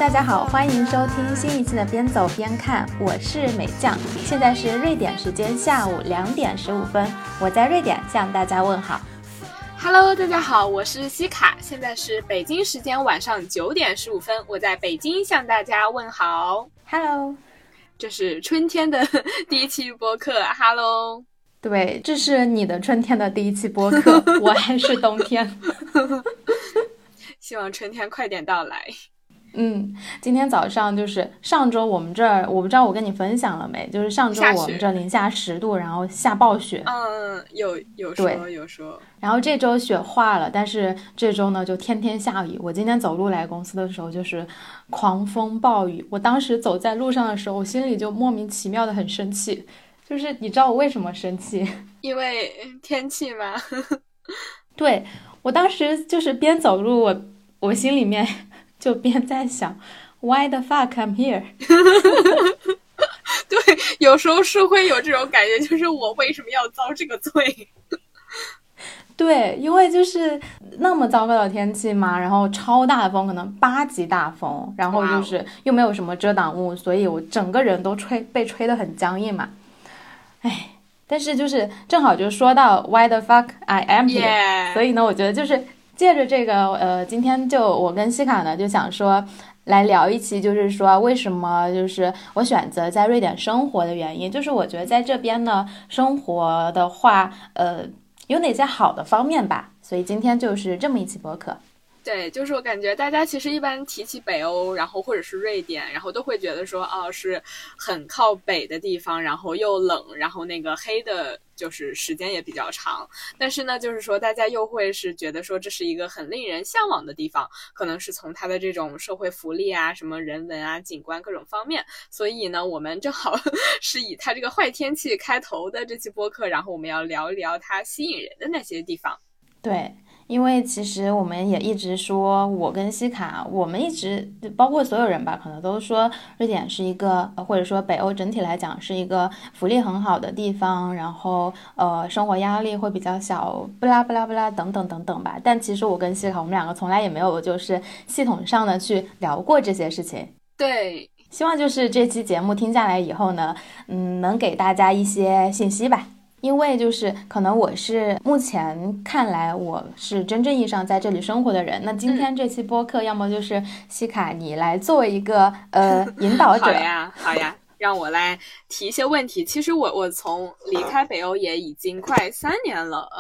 大家好，欢迎收听新一期的边走边看，我是美酱，现在是瑞典时间下午2点15分，我在瑞典向大家问好。 Hello， 大家好，我是西卡，现在是北京时间晚上9点15分，我在北京向大家问好。 Hello， 这是春天的第一期播客 ，Hello。 对，这是你的春天的第一期播客，我还是冬天。 希望春天快点到来。 今天早上就是上周我们这儿，我不知道我跟你分享了没，就是上周我们这零下10度，然后下暴雪。 有说。然后这周雪化了，但是这周呢就天天下雨。我今天走路来公司的时候就是狂风暴雨，我当时走在路上的时候，我心里就莫名其妙的很生气。就是你知道我为什么生气？ 因为天气吗？ 对，我当时就是边走路，我心里面就边在想 Why the fuck I'm here 对，有时候是会有这种感觉，就是我为什么要遭这个罪。 对，因为就是那么糟糕的天气嘛，然后超大的风，可能8级大风，然后就是又没有什么遮挡物，所以我整个人都被吹得很僵硬嘛。但是就是正好就说到 Why the fuck I am here、所以呢我觉得就是借着这个今天就我跟西卡呢就想说来聊一期，就是说为什么就是我选择在瑞典生活的原因，就是我觉得在这边呢生活的话有哪些好的方面吧，所以今天就是这么一期播客。 对，就是我感觉大家其实一般提起北欧，然后或者是瑞典，然后都会觉得说是很靠北的地方，然后又冷，然后那个黑的就是时间也比较长，但是呢就是说大家又会是觉得说这是一个很令人向往的地方，可能是从它的这种社会福利啊，什么人文啊，景观各种方面，所以呢我们正好是以它这个坏天气开头的这期播客，然后我们要聊一聊它吸引人的那些地方。 对，因为其实我们也一直说，我跟西卡，我们一直包括所有人吧，可能都说瑞典是一个或者说北欧整体来讲是一个福利很好的地方，然后生活压力会比较小，不拉不拉不拉等等等等吧。但其实我跟西卡，我们两个从来也没有就是系统上的去聊过这些事情。 对， 希望就是这期节目听下来以后呢，能给大家一些信息吧。因为就是可能我是目前看来我是真正意义上在这里生活的人，那今天这期播客要么就是西卡你来作为一个引导者。 好呀，让我来提一些问题。其实我从离开北欧也已经快3年了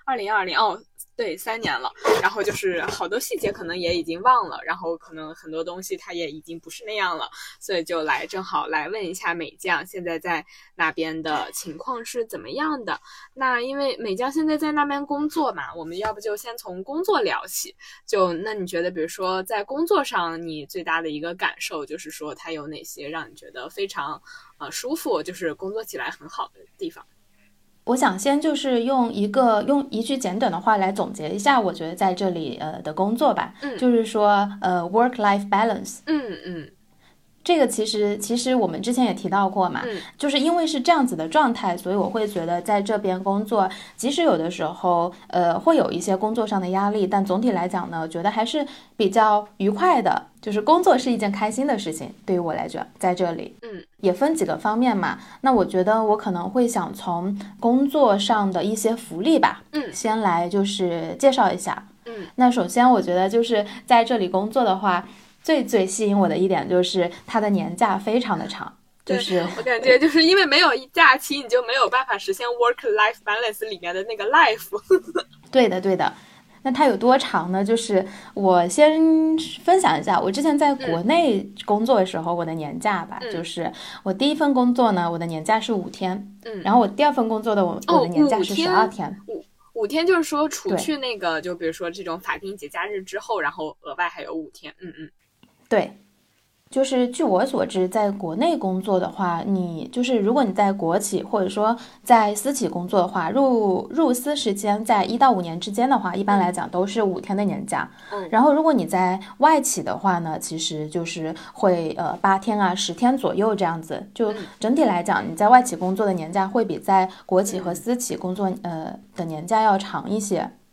，2020对，3年了，然后就是好多细节可能也已经忘了，然后可能很多东西它也已经不是那样了，所以就正好来问一下美酱现在在那边的情况是怎么样的。那因为美酱现在在那边工作嘛，我们要不就先从工作聊起。那你觉得比如说在工作上你最大的一个感受就是说它有哪些让你觉得非常舒服，就是工作起来很好的地方？ 我想先就是用一句简短的话来总结一下我觉得在这里的工作吧，就是说work-life balance。这个其实我们之前也提到过嘛，就是因为是这样子的状态，所以我会觉得在这边工作，即使有的时候会有一些工作上的压力，但总体来讲呢，觉得还是比较愉快的，就是工作是一件开心的事情，对于我来讲在这里也分几个方面嘛。那我觉得我可能会想从工作上的一些福利吧先来就是介绍一下。那首先我觉得就是在这里工作的话，最吸引我的一点就是它的年假非常的长，就是我感觉就是因为没有假期，你就没有办法实现 work-life balance 里面的那个 life 对的。那它有多长呢？就是我先分享一下我之前在国内工作的时候我的年假吧，就是我第一份工作呢我的年假是5天，然后我第二份工作的我的年假是12天。 5天就是说除去那个就比如说这种法定节假日之后，然后额外还有5天。 对，就是据我所知，在国内工作的话，你就是如果你在国企或者说在私企工作的话，入司时间在1到5年之间的话，一般来讲都是5天的年假。然后如果你在外企的话呢，其实就是会8天啊10天左右这样子。就整体来讲，你在外企工作的年假会比在国企和私企工作的年假要长一些。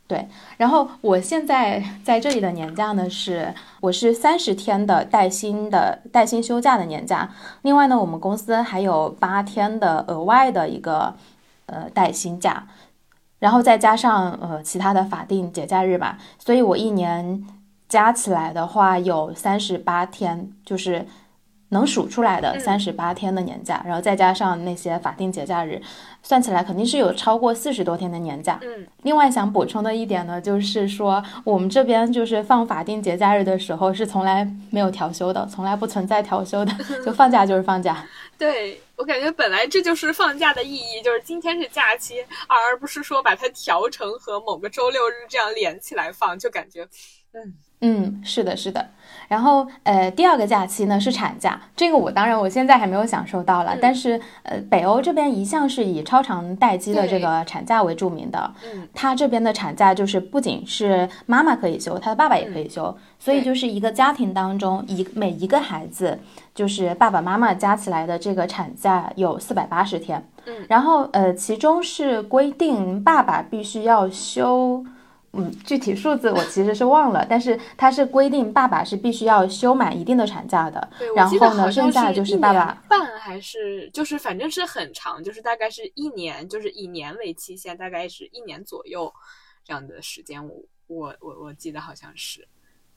对，然后我现在在这里的年假呢我是30天的带薪休假的年假，另外呢我们公司还有8天的额外的一个带薪假，然后再加上其他的法定节假日吧，所以我一年加起来的话有38天，就是能数出来的38天的年假，然后再加上那些法定节假日，算起来肯定是有超过40多天的年假。另外想补充的一点呢，就是说我们这边就是放法定节假日的时候是从来没有调休的，从来不存在调休的，就放假就是放假。 对，我感觉本来这就是放假的意义，就是今天是假期，而不是说把它调成和某个周六日这样连起来放，就感觉是的，是的。然后第二个假期呢是产假，这个当然我现在还没有享受到了，但是北欧这边一向是以超长待机的这个产假为著名的。他这边的产假就是不仅是妈妈可以休，他的爸爸也可以休，所以就是一个家庭当中每一个孩子就是爸爸妈妈加起来的这个产假有480天。然后其中是规定爸爸必须要休。具体数字我其实是忘了，但是它是规定爸爸是必须要休满一定的产假的。然后呢，剩下就是爸爸半还是就是反正是很长，就是大概是1年，就是以年为期限，大概是1年左右这样的时间。我记得好像是。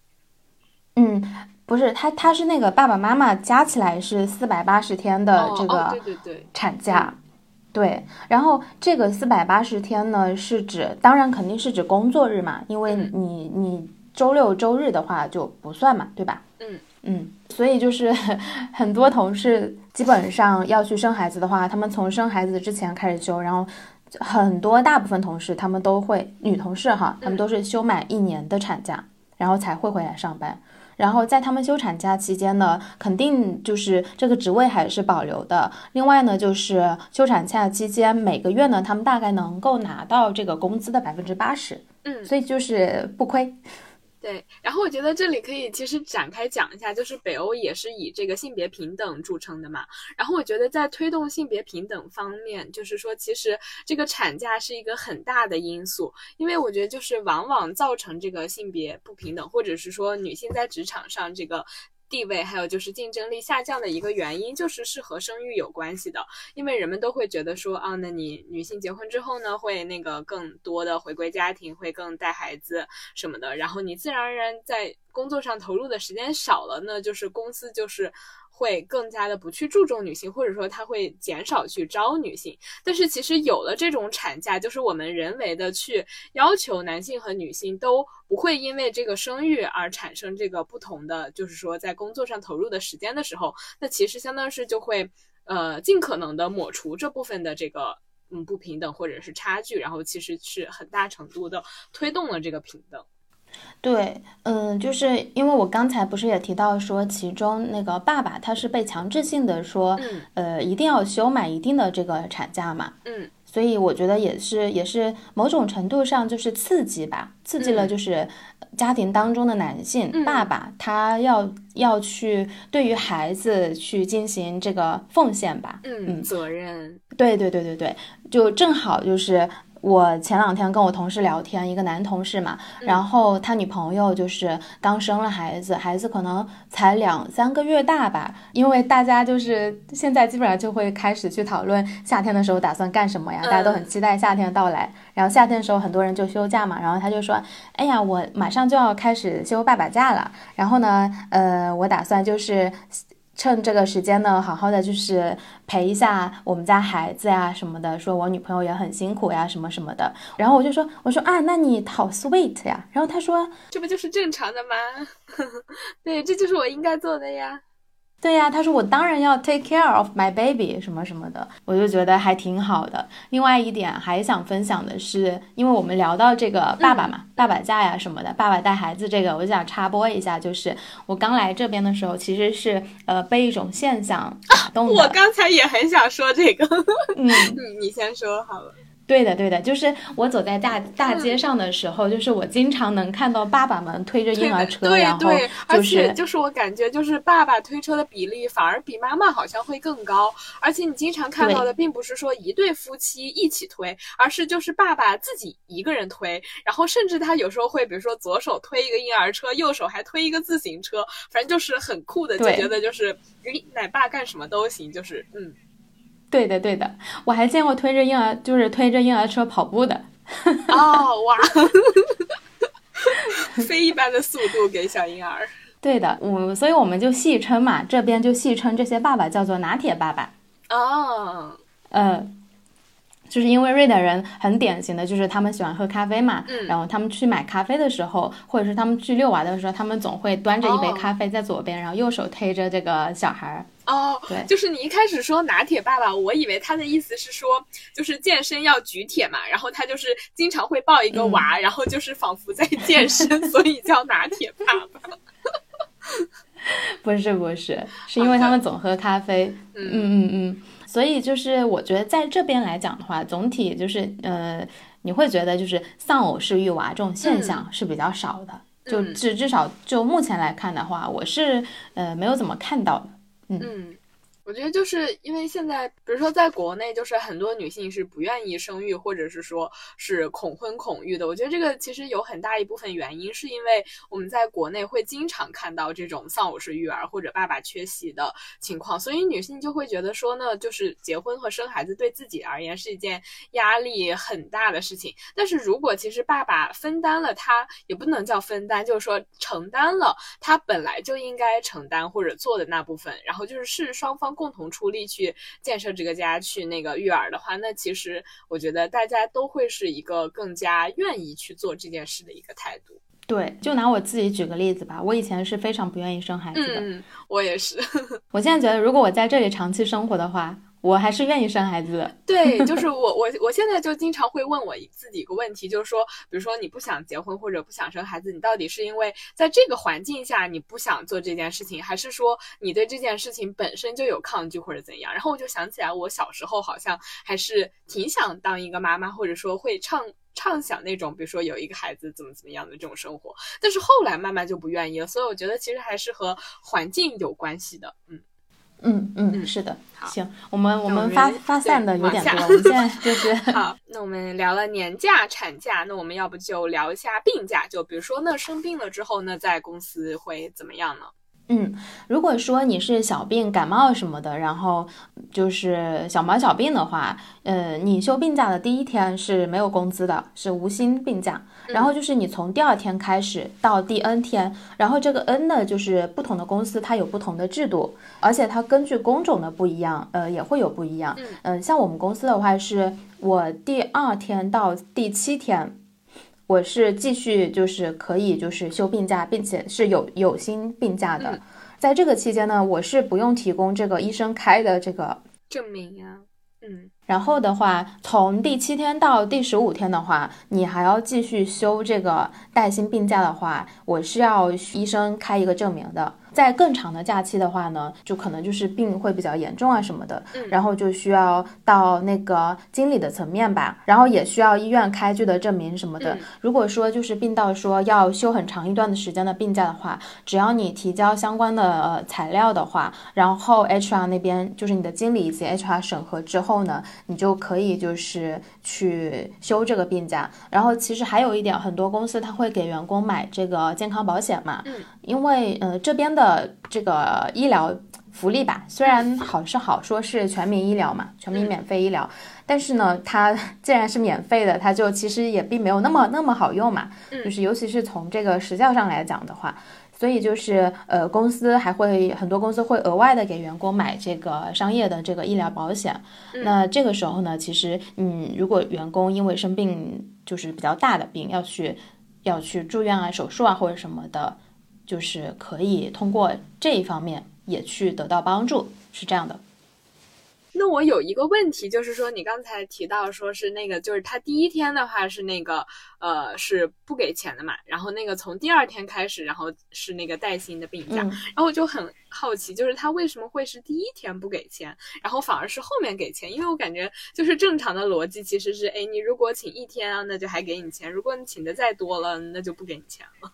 不是，他是那个爸爸妈妈加起来是480天的这个产假。对，然后这个480天呢是指，当然肯定是指工作日嘛，因为你周六周日的话就不算嘛，对吧？所以就是很多同事基本上要去生孩子的话，他们从生孩子之前开始休，然后大部分同事他们都会，女同事哈，他们都是休满1年的产假，然后才会回来上班。然后在他们休产假期间呢，肯定就是这个职位还是保留的。另外呢，就是休产假期间每个月呢，他们大概能够拿到这个工资的80%，所以就是不亏。 对，然后我觉得这里可以其实展开讲一下，就是北欧也是以这个性别平等著称的嘛。然后我觉得在推动性别平等方面，就是说其实这个产假是一个很大的因素，因为我觉得就是往往造成这个性别不平等，或者是说女性在职场上这个地位还有就是竞争力下降的一个原因，就是和生育有关系的。因为人们都会觉得说那你女性结婚之后呢，会那个更多的回归家庭，会更带孩子什么的，然后你自然而然在工作上投入的时间少了呢，就是公司就是会更加的不去注重女性，或者说它会减少去招女性。但是其实有了这种产假，就是我们人为的去要求男性和女性都不会因为这个生育而产生这个不同的，就是说在工作上投入的时间的时候，那其实相当是就会尽可能的抹除这部分的这个不平等或者是差距，然后其实是很大程度的推动了这个平等。 对，就是因为我刚才不是也提到说，其中那个爸爸他是被强制性的说，一定要休满一定的这个产假嘛，所以我觉得也是某种程度上就是刺激了就是家庭当中的男性爸爸，他要去对于孩子去进行这个奉献吧， 责任， 对，就正好就是我前2天跟我同事聊天，一个男同事嘛，然后他女朋友就是刚生了孩子，孩子可能才2-3个月大吧，因为大家就是现在基本上就会开始去讨论夏天的时候打算干什么呀，大家都很期待夏天的到来，然后夏天的时候很多人就休假嘛，然后他就说，哎呀，我马上就要开始休爸爸假了，然后呢，我打算就是趁这个时间呢，好好的就是陪一下我们家孩子呀什么的，说我女朋友也很辛苦呀什么什么的。然后我说那你好 sweet 呀。然后他说这不就是正常的吗？对，这就是我应该做的呀。 对呀，他说我当然要 take care of my baby 什么什么的，我就觉得还挺好的。另外一点还想分享的是，因为我们聊到这个爸爸嘛，爸爸假呀什么的，爸爸带孩子这个，我就想插播一下，就是我刚来这边的时候，其实是被一种现象打动的。 我刚才也很想说这个，你先说好了。 对的，对的，就是我走在大街上的时候，就是我经常能看到爸爸们推着婴儿车， 对然后而且就是我感觉就是爸爸推车的比例反而比妈妈好像会更高，而且你经常看到的并不是说一对夫妻一起推，而是就是爸爸自己一个人推，然后甚至他有时候会比如说左手推一个婴儿车，右手还推一个自行车，反正就是很酷的，就觉得就是奶爸干什么都行，就是对的，对的，我还见过推着婴儿车跑步的。 哦，哇，非一般的速度给小婴儿。 对的，所以我们就戏称嘛，这边就戏称这些爸爸叫做拿铁爸爸。 哦， 就是因为瑞典人很典型的就是他们喜欢喝咖啡嘛，然后他们去买咖啡的时候，或者是他们去遛娃的时候，他们总会端着一杯咖啡在左边，然后右手推着这个小孩。对， 就是你一开始说拿铁爸爸，我以为他的意思是说就是健身要举铁嘛，然后他就是经常会抱一个娃，然后就是仿佛在健身，所以叫拿铁爸爸。 不是，是因为他们总喝咖啡。所以就是我觉得在这边来讲的话，总体就是你会觉得就是丧偶式育娃这种现象是比较少的，就至少就目前来看的话，我是没有怎么看到的。 我觉得就是因为现在比如说在国内就是很多女性是不愿意生育，或者是说是恐婚恐育的，我觉得这个其实有很大一部分原因是因为我们在国内会经常看到这种丧偶式育儿或者爸爸缺席的情况，所以女性就会觉得说呢，就是结婚和生孩子对自己而言是一件压力很大的事情，但是如果其实爸爸分担了，他也不能叫分担，就是说承担了他本来就应该承担或者做的那部分，然后就是双方共同出力去建设这个家，去那个育儿的话，那其实我觉得大家都会是一个更加愿意去做这件事的一个态度。 对，就拿我自己举个例子吧，我以前是非常不愿意生孩子的。 我也是。 我现在觉得如果我在这里长期生活的话，我还是愿意生孩子的。 对，就是我现在就经常会问我自己一个问题，就是说比如说你不想结婚或者不想生孩子，你到底是因为在这个环境下你不想做这件事情，还是说你对这件事情本身就有抗拒或者怎样？然后我就想起来我小时候好像还是挺想当一个妈妈，或者说会畅想那种比如说有一个孩子怎么样的这种生活，但是后来慢慢就不愿意了，所以我觉得其实还是和环境有关系的。 是的。行，我们发散的有点多，我们现在就是好，那我们聊了年假、产假，那我们要不就聊一下病假，就比如说那生病了之后呢，在公司会怎么样呢？ 如果说你是小病感冒什么的，然后就是小毛小病的话，你休病假的第一天是没有工资的，是无薪病假。然后就是你从第二天开始到第 N 天，然后这个 N 呢，就是不同的公司它有不同的制度，而且它根据工种的不一样，也会有不一样。像我们公司的话，是我第2天到第7天。我是继续就是可以就是休病假，并且是有薪病假的。在这个期间呢，我是不用提供这个医生开的这个证明呀。 然后的话，从第7天到第15天的话，你还要继续休这个带薪病假的话，我是要医生开一个证明的。在更长的假期的话呢，就可能就是病会比较严重啊什么的，然后就需要到那个经理的层面吧，然后也需要医院开具的证明什么的。如果说就是病到说要休很长一段的时间的病假的话，只要你提交相关的材料的话，然后 HR 那边就是你的经理以及 HR 审核之后呢，你就可以就是去休这个病假。然后其实还有一点，很多公司它会给员工买这个健康保险嘛，因为这边的这个医疗福利吧，虽然好说是全民医疗嘛，全民免费医疗，但是呢，它既然是免费的，它就其实也并没有那么好用嘛，就是尤其是从这个时效上来讲的话，所以就是公司还会很多公司会额外的给员工买这个商业的这个医疗保险。那这个时候呢，其实如果员工因为生病就是比较大的病要去住院啊、手术啊或者什么的，就是可以通过这一方面也去得到帮助，是这样的。 那我有一个问题，就是说你刚才提到说是那个，就是他第一天的话是那个是不给钱的嘛，然后那个从第二天开始，然后是那个带薪的病假，然后我就很好奇，就是他为什么会是第一天不给钱，然后反而是后面给钱？因为我感觉就是正常的逻辑其实是，哎，你如果请一天啊，那就还给你钱；如果你请的再多了，那就不给你钱了。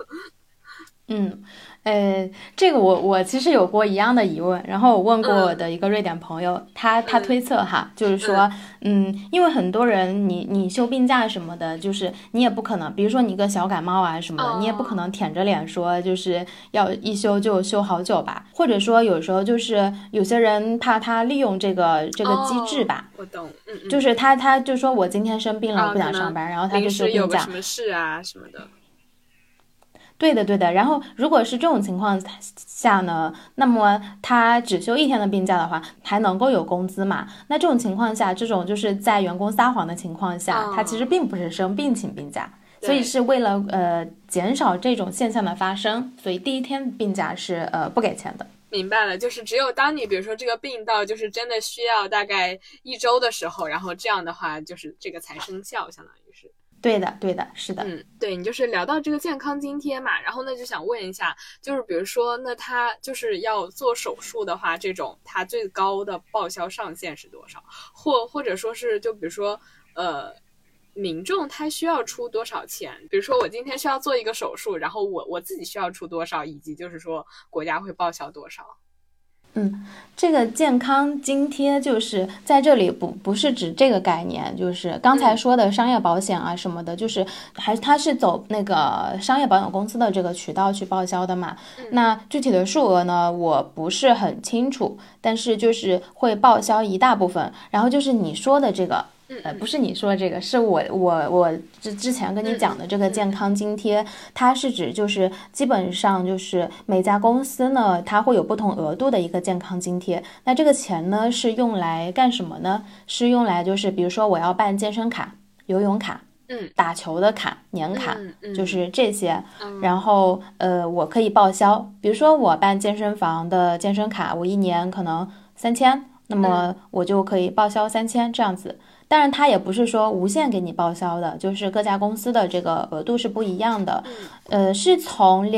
这个我其实有过一样的疑问，然后我问过我的一个瑞典朋友，他推测哈，就是说，因为很多人你休病假什么的，就是你也不可能，比如说你一个小感冒啊什么的，你也不可能舔着脸说就是要一休就休好久吧，或者说有时候就是有些人怕他利用这个机制吧， 我懂， 就是他就说我今天生病了，不想上班，然后他就休病假， 有个什么事啊什么的。 对的，然后如果是这种情况下呢，那么他只休一天的病假的话，还能够有工资嘛？那这种情况下，这种就是在员工撒谎的情况下，他其实并不是生病请病假，所以是为了减少这种现象的发生，所以第一天病假是不给钱的。 明白了，就是只有当你比如说这个病到就是真的需要大概1周的时候，然后这样的话就是这个才生效，相当于是。 对的，是的。 对，你就是聊到这个健康津贴嘛，然后呢就想问一下，就是比如说那他就是要做手术的话，这种他最高的报销上限是多少？或者说是就比如说民众他需要出多少钱？比如说我今天需要做一个手术，然后我自己需要出多少，以及就是说国家会报销多少？ 这个健康津贴就是在这里不是指这个概念，就是刚才说的商业保险啊什么的，就是它是走那个商业保险公司的这个渠道去报销的嘛。那具体的数额呢，我不是很清楚，但是就是会报销一大部分。然后就是你说的这个。不是你说这个，是我之前跟你讲的这个健康津贴，它是指就是基本上就是每家公司呢，它会有不同额度的一个健康津贴。那这个钱呢是用来干什么呢？是用来就是比如说我要办健身卡、游泳卡、打球的卡、年卡，就是这些。然后我可以报销，比如说我办健身房的健身卡，我一年可能3000，那么我就可以报销3000这样子。当然它也不是说无限给你报销的，就是各家公司的这个额度是不一样的，是从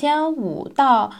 2500到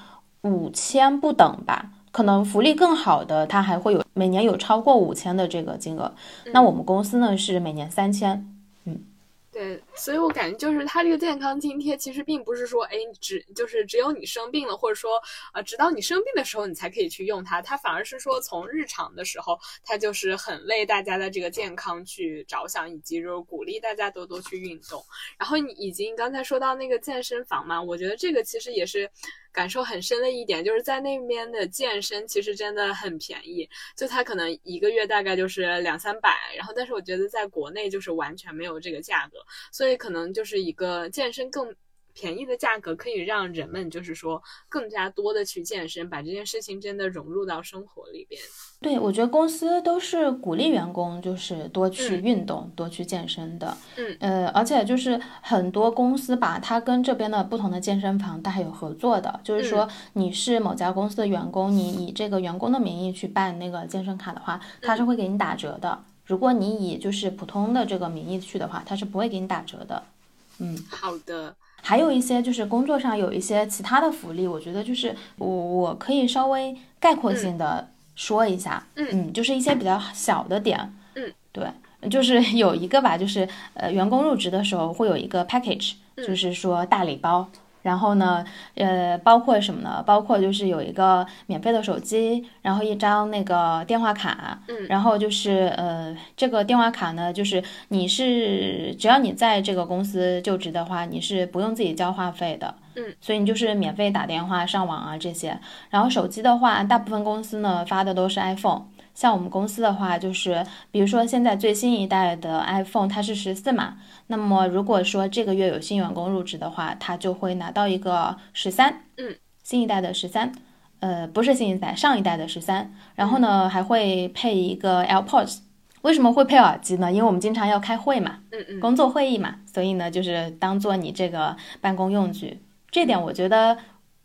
5000不等吧，可能福利更好的它还会有每年有超过5000的这个金额，那我们公司呢是每年3000。 对，所以我感觉就是它这个健康津贴其实并不是说，哎，只有你生病了，或者说直到你生病的时候你才可以去用它，它反而是说从日常的时候，它就是很为大家的这个健康去着想，以及就是鼓励大家多多去运动。然后你已经刚才说到那个健身房嘛，我觉得这个其实也是感受很深的一点，就是在那边的健身其实真的很便宜，就它可能一个月大概就是200-300，然后但是我觉得在国内就是完全没有这个价格，所以可能就是一个健身更便宜的价格可以让人们就是说更加多的去健身，把这件事情真的融入到生活里边。 对，我觉得公司都是鼓励员工就是多去运动，多去健身的。而且就是很多公司吧，它跟这边的不同的健身房它还有合作的，就是说你是某家公司的员工，你以这个员工的名义去办那个健身卡的话，它是会给你打折的。如果你以就是普通的这个名义去的话，它是不会给你打折的。 好的。 还有一些就是工作上有一些其他的福利，我觉得就是我可以稍微概括性的说一下，就是一些比较小的点，对，就是有一个吧，就是员工入职的时候会有一个 package，就是说大礼包。然后呢，包括什么呢？包括就是有一个免费的手机，然后一张那个电话卡，然后就是这个电话卡呢，就是只要你在这个公司就职的话，你是不用自己交话费的，所以你就是免费打电话、上网啊这些。然后手机的话，大部分公司呢发的都是 iPhone。像我们公司的话，就是比如说现在最新一代的 iPhone 它是14嘛，那么如果说这个月有新员工入职的话，他就会拿到一个13，新一代的13，不是新一代，上一代的13，然后呢还会配一个 AirPods。为什么会配耳机呢？因为我们经常要开会嘛，工作会议嘛，所以呢就是当做你这个办公用具。这点我觉得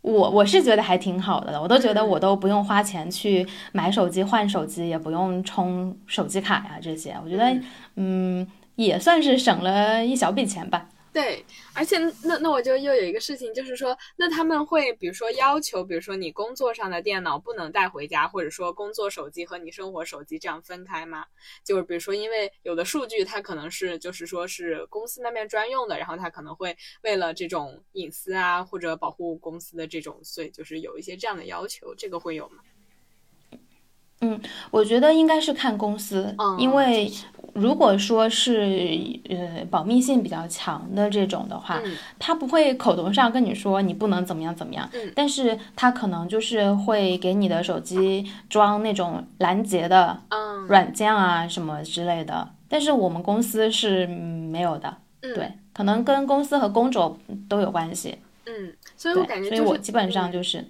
我是觉得还挺好的，我都觉得我都不用花钱去买手机换手机，也不用充手机卡呀这些，我觉得也算是省了一小笔钱吧。 对，而且那我就又有一个事情，就是说，那他们会比如说要求，比如说你工作上的电脑不能带回家，或者说工作手机和你生活手机这样分开吗？就是比如说，因为有的数据它可能是就是说是公司那边专用的，然后它可能会为了这种隐私啊或者保护公司的这种，所以就是有一些这样的要求，这个会有吗？ 我觉得应该是看公司，因为如果说是保密性比较强的这种的话，他不会口头上跟你说你不能怎么样怎么样，但是他可能就是会给你的手机装那种拦截的软件啊什么之类的，但是我们公司是没有的，对，可能跟公司和工种都有关系， 所以我感觉、 所以我基本上就是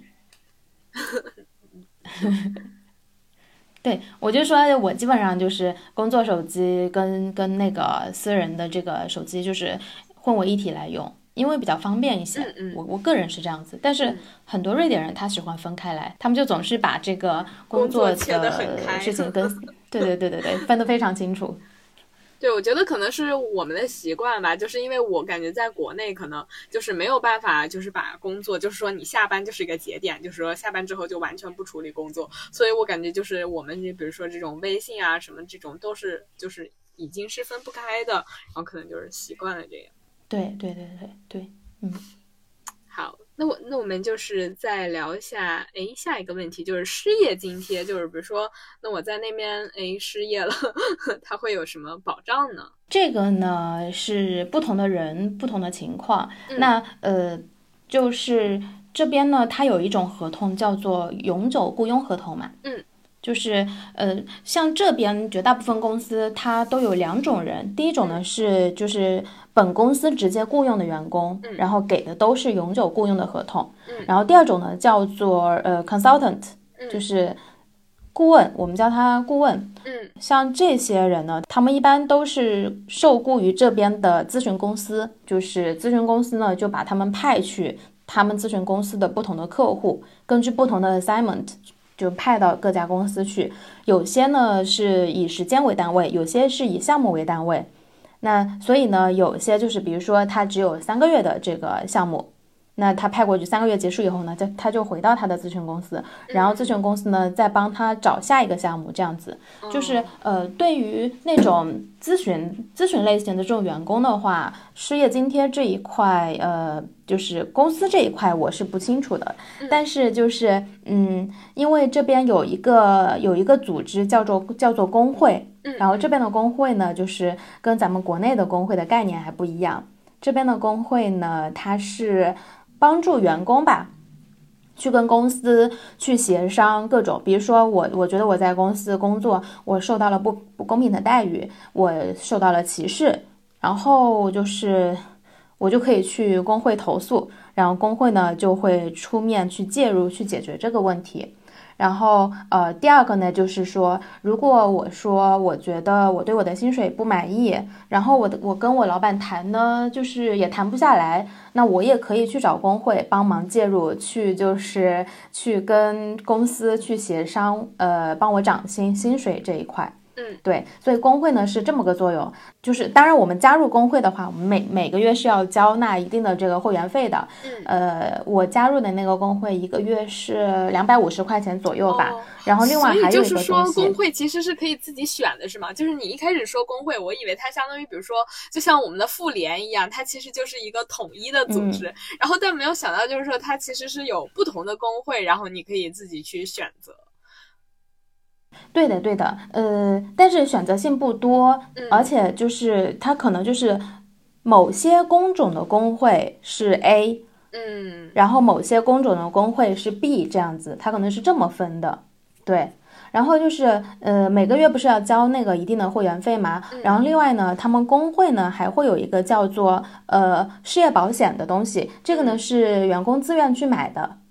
对，我就说我基本上就是工作手机跟那个私人的这个手机就是混为一体来用，因为比较方便一些。我个人是这样子，但是很多瑞典人他喜欢分开来，他们就总是把这个工作的事情跟对分得非常清楚。 对，我觉得可能是我们的习惯吧，就是因为我感觉在国内可能就是没有办法，就是把工作，就是说你下班就是一个节点，就是说下班之后就完全不处理工作，所以我感觉就是我们比如说这种微信啊什么这种都是就是已经是分不开的，然后可能就是习惯了这样。 对， 好，那我们就是再聊一下，下一个问题就是失业津贴，就是比如说，那我在那边失业了，它会有什么保障呢？ 这个呢是不同的人不同的情况，那就是这边呢，它有一种合同叫做永久雇佣合同嘛，就是像这边绝大部分公司它都有两种人，第一种呢是就是本公司直接雇佣的员工，然后给的都是永久雇佣的合同，然后第二种呢叫做consultant，就是顾问，我们叫他顾问。像这些人呢，他们一般都是受雇于这边的咨询公司，就是咨询公司呢就把他们派去他们咨询公司的不同的客户，根据不同的 assignment。就派到各家公司去，有些呢是以时间为单位，有些是以项目为单位。那所以呢，有些就是比如说他只有3个月的这个项目，那他派过去3个月结束以后呢，他就回到他的咨询公司，然后咨询公司呢再帮他找下一个项目，这样子。就是对于那种咨询类型的这种员工的话，失业津贴这一块，就是公司这一块我是不清楚的，但是就是因为这边有一个组织叫做工会，然后这边的工会呢，就是跟咱们国内的工会的概念还不一样。这边的工会呢，它是帮助员工吧，去跟公司去协商各种，比如说我觉得我在公司工作，我受到了不公平的待遇，我受到了歧视，然后就是我就可以去工会投诉，然后工会呢就会出面去介入去解决这个问题。然后第二个呢，就是说，如果我说我觉得我对我的薪水不满意，然后我跟我老板谈呢，就是也谈不下来，那我也可以去找工会帮忙介入，就是去跟公司去协商，帮我涨薪水这一块。对，所以工会呢是这么个作用，就是当然我们加入工会的话，我们每个月是要交纳一定的这个会员费的。我加入的那个工会1个月是250块钱左右吧。然后另外还有一个东西， 所以就是说工会其实是可以自己选的，是吗？就是你一开始说工会，我以为它相当于比如说就像我们的妇联一样，它其实就是一个统一的组织。然后但没有想到就是说它其实是有不同的工会，然后你可以自己去选择。 对的，但是选择性不多，而且就是它可能就是某些工种的工会是 A，然后某些工种的工会是 B 这样子，它可能是这么分的，对。然后就是每个月不是要交那个一定的会员费吗？然后另外呢，他们工会呢还会有一个叫做失业保险的东西，这个呢是员工自愿去买的。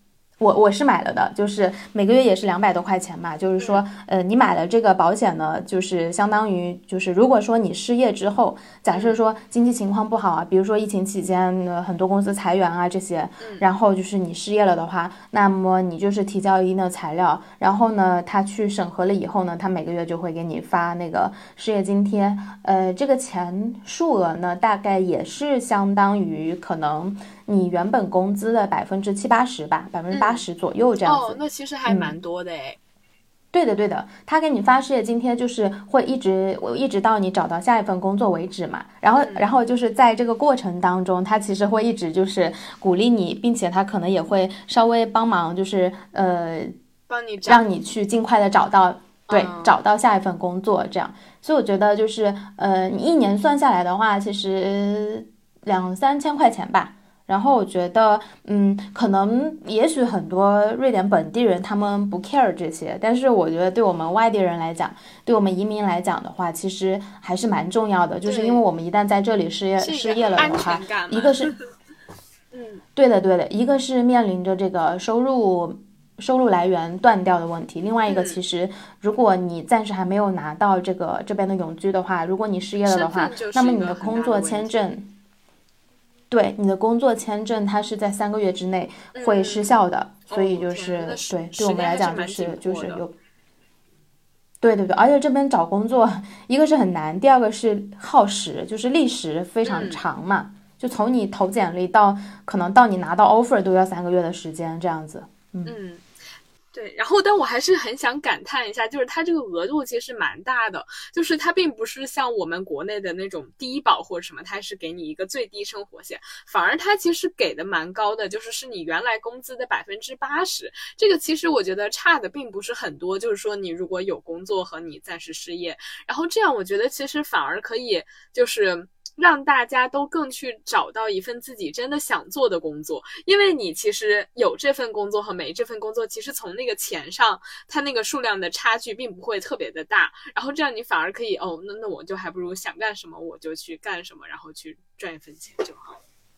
我是买了的，就是每个月也是200多块钱嘛，就是说你买了这个保险呢，就是相当于就是如果说你失业之后，假设说经济情况不好啊，比如说疫情期间很多公司裁员啊这些，然后就是你失业了的话，那么你就是提交一定的材料，然后呢他去审核了以后呢，他每个月就会给你发那个失业津贴，这个钱数额呢大概也是相当于可能你原本工资的70%-80%吧，80%左右这样子。 那其实还蛮多的诶。 对的对的，他给你发失业津贴就是会一直到你找到下一份工作为止嘛，然后就是在这个过程当中，他其实会一直就是鼓励你，并且他可能也会稍微帮忙，就是帮你让你去尽快的找到下一份工作这样。所以我觉得就是你1年算下来的话，其实2-3千块钱吧。然后我觉得可能也许很多瑞典本地人他们不 care 这些，但是我觉得对我们外地人来讲，对我们移民来讲的话，其实还是蛮重要的，就是因为我们一旦在这里失业了的话，一个是对的，一个是面临着这个收入来源断掉的问题，另外一个其实如果你暂时还没有拿到这边的永居的话，如果你失业了的话，那么你的工作签证对你的工作签证它是在3个月之内会失效的，所以就是对我们来讲就是有对，而且这边找工作一个是很难，第二个是耗时，就是历时非常长嘛，就从你投简历到可能到你拿到 offer 都要3个月的时间这样子。 对，然后但我还是很想感叹一下，就是它这个额度其实蛮大的，就是它并不是像我们国内的那种低保或者什么，它是给你一个最低生活线，反而它其实给的蛮高的，是你原来工资的80%，这个其实我觉得差的并不是很多，就是说你如果有工作和你暂时失业，然后这样我觉得其实反而可以就是让大家都更去找到一份自己真的想做的工作，因为你其实有这份工作和没这份工作，其实从那个钱上它那个数量的差距并不会特别的大，然后这样你反而可以那我就还不如想干什么我就去干什么，然后去赚一份钱就好。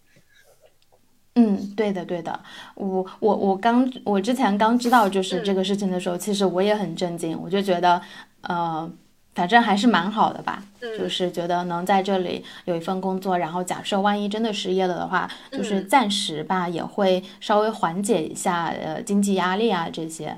对的，我之前刚知道就是这个事情的时候，其实我也很震惊，我就觉得反正还是蛮好的吧，就是觉得能在这里有一份工作，然后假设万一真的失业了的话，就是暂时吧也会稍微缓解一下经济压力啊这些。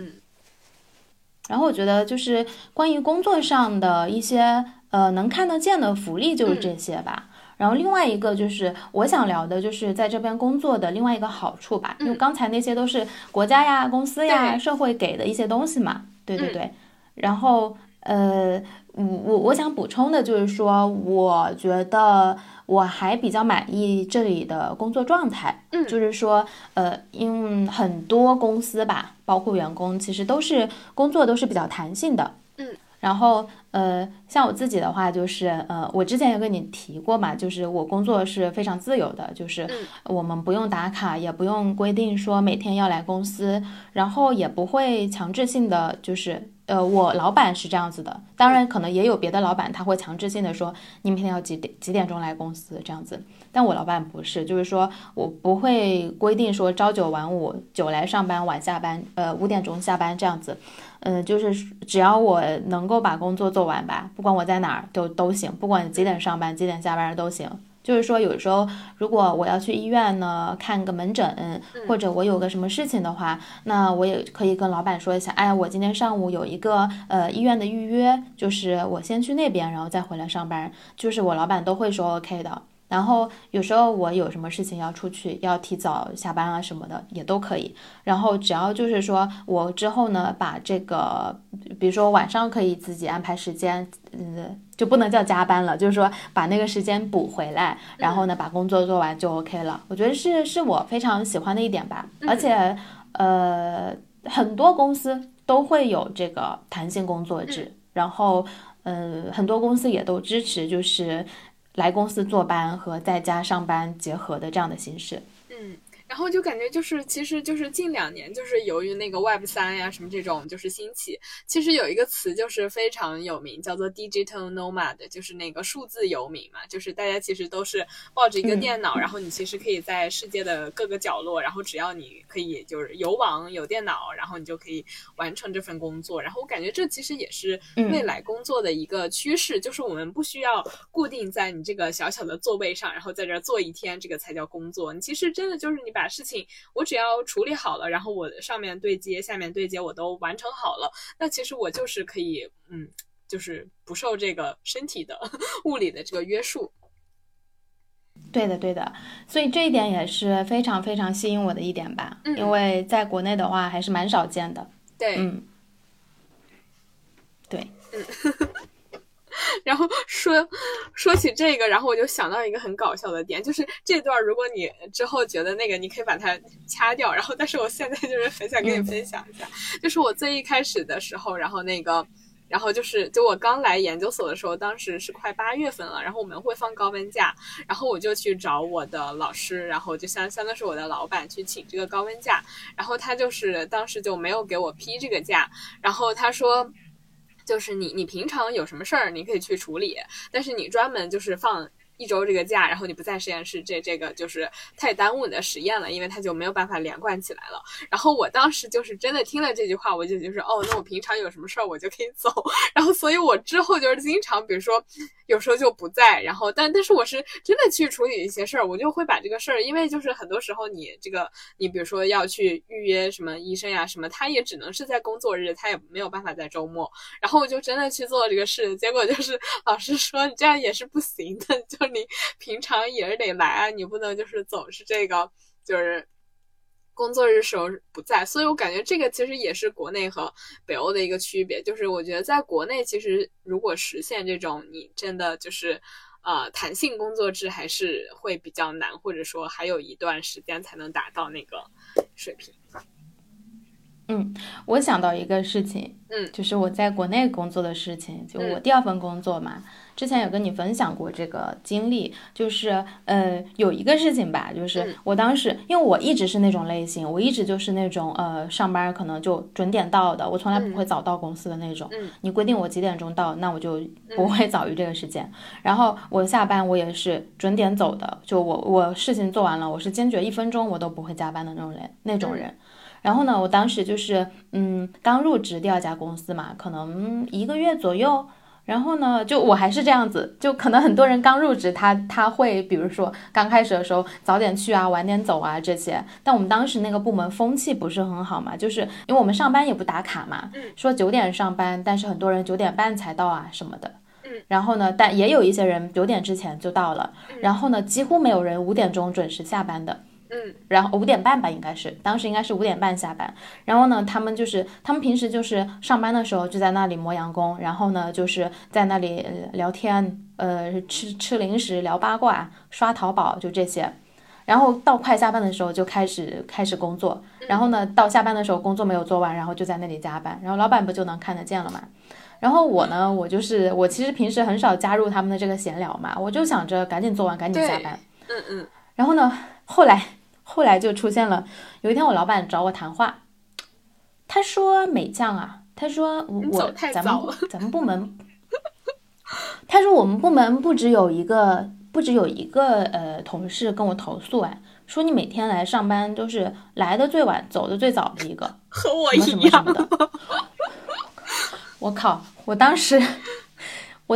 然后我觉得就是关于工作上的一些能看得见的福利就是这些吧。然后另外一个就是我想聊的就是在这边工作的另外一个好处吧，因为刚才那些都是国家呀、公司呀、社会给的一些东西嘛，对。然后我想补充的就是说，我觉得我还比较满意这里的工作状态，就是说因为很多公司吧，包括员工，其实工作都是比较弹性的，然后像我自己的话，就是我之前有跟你提过嘛，就是我工作是非常自由的，就是我们不用打卡，也不用规定说每天要来公司，然后也不会强制性的就是我老板是这样子的，当然可能也有别的老板他会强制性的说你每天要几点钟来公司这样子，但我老板不是，就是说我不会规定说朝9晚5，9来上班晚下班，5点钟下班这样子。就是只要我能够把工作做完吧，不管我在哪儿都行，不管几点上班几点下班都行。就是说有时候如果我要去医院呢看个门诊，或者我有个什么事情的话，那我也可以跟老板说一下，哎，我今天上午有一个医院的预约，就是我先去那边然后再回来上班，就是我老板都会说 OK 的。然后有时候我有什么事情要出去，要提早下班啊什么的也都可以。然后只要就是说我之后呢把这个，比如说晚上可以自己安排时间，就不能叫加班了，就是说把那个时间补回来，然后呢把工作做完就 OK 了。我觉得是我非常喜欢的一点吧。而且很多公司都会有这个弹性工作制，然后很多公司也都支持就是来公司坐班和在家上班结合的这样的形式。 然后就感觉就是其实就是近2年就是由于那个 Web3 呀什么这种就是兴起，其实有一个词就是非常有名，叫做 digital nomad， 就是那个数字游民嘛，就是大家其实都是抱着一个电脑，然后你其实可以在世界的各个角落，然后只要你可以就是有网有电脑，然后你就可以完成这份工作。然后我感觉这其实也是未来工作的一个趋势，就是我们不需要固定在你这个小小的座位上，然后在这坐一天，这个才叫工作。你其实真的就是你把事情我只要处理好了，然后我上面对接下面对接我都完成好了，那其实我就是可以就是不受这个身体的物理的这个约束。 对的，所以这一点也是非常非常吸引我的一点吧，因为在国内的话还是蛮少见的。 对， 对。 然后说起这个，然后我就想到一个很搞笑的点，就是这段如果你之后觉得那个你可以把它掐掉，然后但是我现在就是很想跟你分享一下，就是我最一开始的时候，然后就我刚来研究所的时候，当时是快8月份了，然后我们会放高温假，然后我就去找我的老师，然后就相当是我的老板去请这个高温假，然后他就是当时就没有给我批这个假，然后他说就是你平常有什么事儿你可以去处理，但是你专门就是放1周这个假，然后你不在实验室，这个就是太耽误你的实验了，因为它就没有办法连贯起来了。然后我当时就是真的听了这句话，我就是那我平常有什么事儿我就可以走，然后所以我之后就是经常比如说有时候就不在，然后但是我是真的去处理一些事儿，我就会把这个事儿，因为就是很多时候你比如说要去预约什么医生呀什么，他也只能是在工作日，他也没有办法在周末，然后我就真的去做这个事，结果就是老师说你这样也是不行的，就你平常也是得来啊，你不能就是总是这个就是工作日时候不在。所以我感觉这个其实也是国内和北欧的一个区别，就是我觉得在国内其实如果实现这种你真的就是弹性工作制还是会比较难，或者说还有一段时间才能达到那个水平。 我想到一个事情，就是我在国内工作的事情，就我第2份工作嘛，之前有跟你分享过这个经历，就是有一个事情吧，就是我当时因为我一直是那种类型，我一直就是那种上班可能就准点到的，我从来不会早到公司的那种，你规定我几点钟到，那我就不会早于这个时间，然后我下班我也是准点走的，就我事情做完了，我是坚决1分钟我都不会加班的那种人。然后呢，我当时就是刚入职第2家公司嘛，可能1个月左右。然后呢，就我还是这样子，就可能很多人刚入职他会比如说刚开始的时候早点去啊，晚点走啊这些。但我们当时那个部门风气不是很好嘛，就是因为我们上班也不打卡嘛，说9点上班，但是很多人9点半才到啊什么的。然后呢，但也有一些人9点之前就到了。然后呢，几乎没有人5点钟准时下班的。然后5点半吧，当时应该是5点半下班。然后呢，他们平时就是上班的时候就在那里磨洋工，然后呢就是在那里聊天，吃零食，聊八卦，刷淘宝，就这些。然后到快下班的时候就开始工作，然后呢到下班的时候工作没有做完，然后就在那里加班，然后老板不就能看得见了嘛。然后我呢，我其实平时很少加入他们的这个闲聊嘛，我就想着赶紧做完赶紧下班。然后呢后来就出现了，有一天我老板找我谈话，他说美酱啊，他说咱们部门，他说我们部门不只有一个同事跟我投诉，说你每天来上班都是来的最晚走的最早的一个， 和我一样什么什么的。我靠，我当时我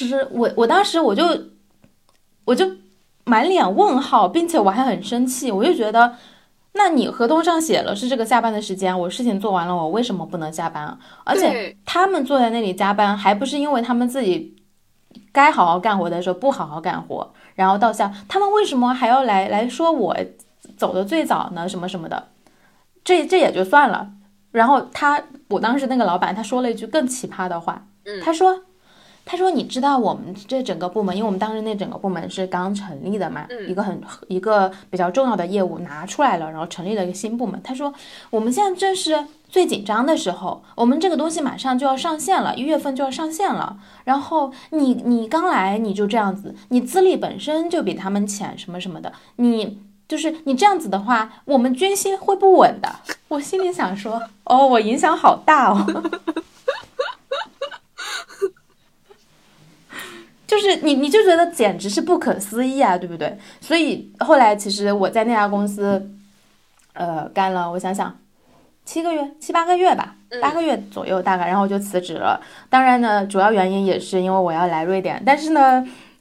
就满脸问号，并且我还很生气，我就觉得，那你合同上写了是这个下班的时间，我事情做完了，我为什么不能下班？而且他们坐在那里加班，还不是因为他们自己该好好干活的时候不好好干活，然后他们为什么还要来说我走的最早呢？什么什么的，这也就算了。然后我当时那个老板他说了一句更奇葩的话，他说你知道我们这整个部门，因为我们当时那整个部门是刚成立的嘛，一个比较重要的业务拿出来了，然后成立了一个新部门。他说我们现在正是最紧张的时候，我们这个东西马上就要上线了，1月份就要上线了。然后你刚来你就这样子，你资历本身就比他们浅什么什么的， 就是你这样子的话，我们军心会不稳的。我心里想说，哦，我影响好大哦。就是你就觉得简直是不可思议啊，对不对？所以后来其实我在那家公司，干了我想想7八个月吧，8个月左右大概，然后我就辞职了。当然呢，主要原因也是因为我要来瑞典，但是呢，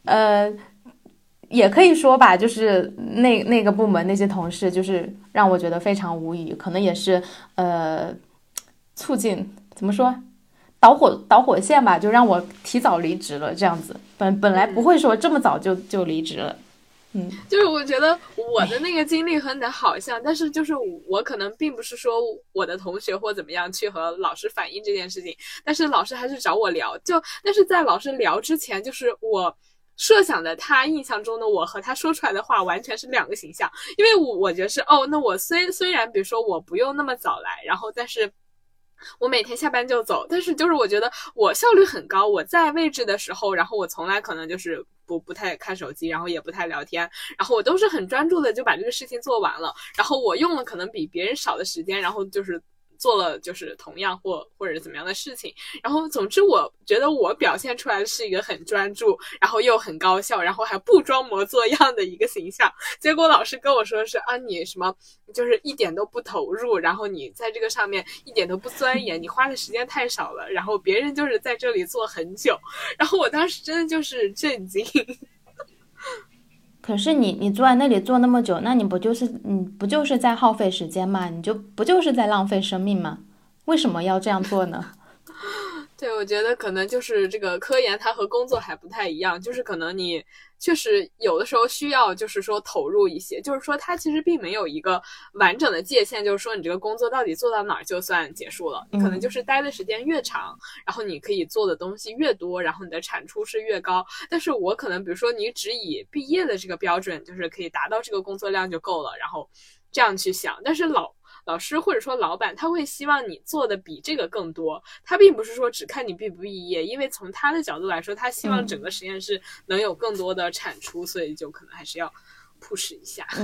也可以说吧，就是那个部门那些同事，就是让我觉得非常无语，可能也是促进怎么说导火线吧，就让我提早离职了，这样子。本来不会说这么早就离职了。 就是我觉得我的那个经历和你的好像，但是就是我可能并不是说我的同学或怎么样去和老师反映这件事情，但是老师还是找我聊，但是在老师聊之前，就是我设想的他印象中的我和他说出来的话完全是两个形象，因为我觉得是那我虽然比如说我不用那么早来，然后但是我每天下班就走，但是就是我觉得我效率很高，我在位置的时候，然后我从来可能就是不太看手机，然后也不太聊天，然后我都是很专注的就把这个事情做完了，然后我用了可能比别人少的时间，然后就是做了就是同样或者怎么样的事情，然后总之我觉得我表现出来的是一个很专注，然后又很高效，然后还不装模作样的一个形象。结果老师跟我说是你什么就是一点都不投入，然后你在这个上面一点都不钻研，你花的时间太少了，然后别人就是在这里做很久，然后我当时真的就是震惊。 可是你坐在那里坐那么久，那你不就是在耗费时间吗？不就是在浪费生命吗？为什么要这样做呢？ 对，我觉得可能就是这个科研它和工作还不太一样，就是可能你确实有的时候需要就是说投入一些，就是说它其实并没有一个完整的界限，就是说你这个工作到底做到哪儿就算结束了，你可能就是待的时间越长，然后你可以做的东西越多，然后你的产出是越高。但是我可能比如说你只以毕业的这个标准，就是可以达到这个工作量就够了，然后这样去想，但是老师或者说老板他会希望你做的比这个更多，他并不是说只看你毕不毕业，因为从他的角度来说，他希望整个实验室能有更多的产出，所以就可能还是要 push 一下。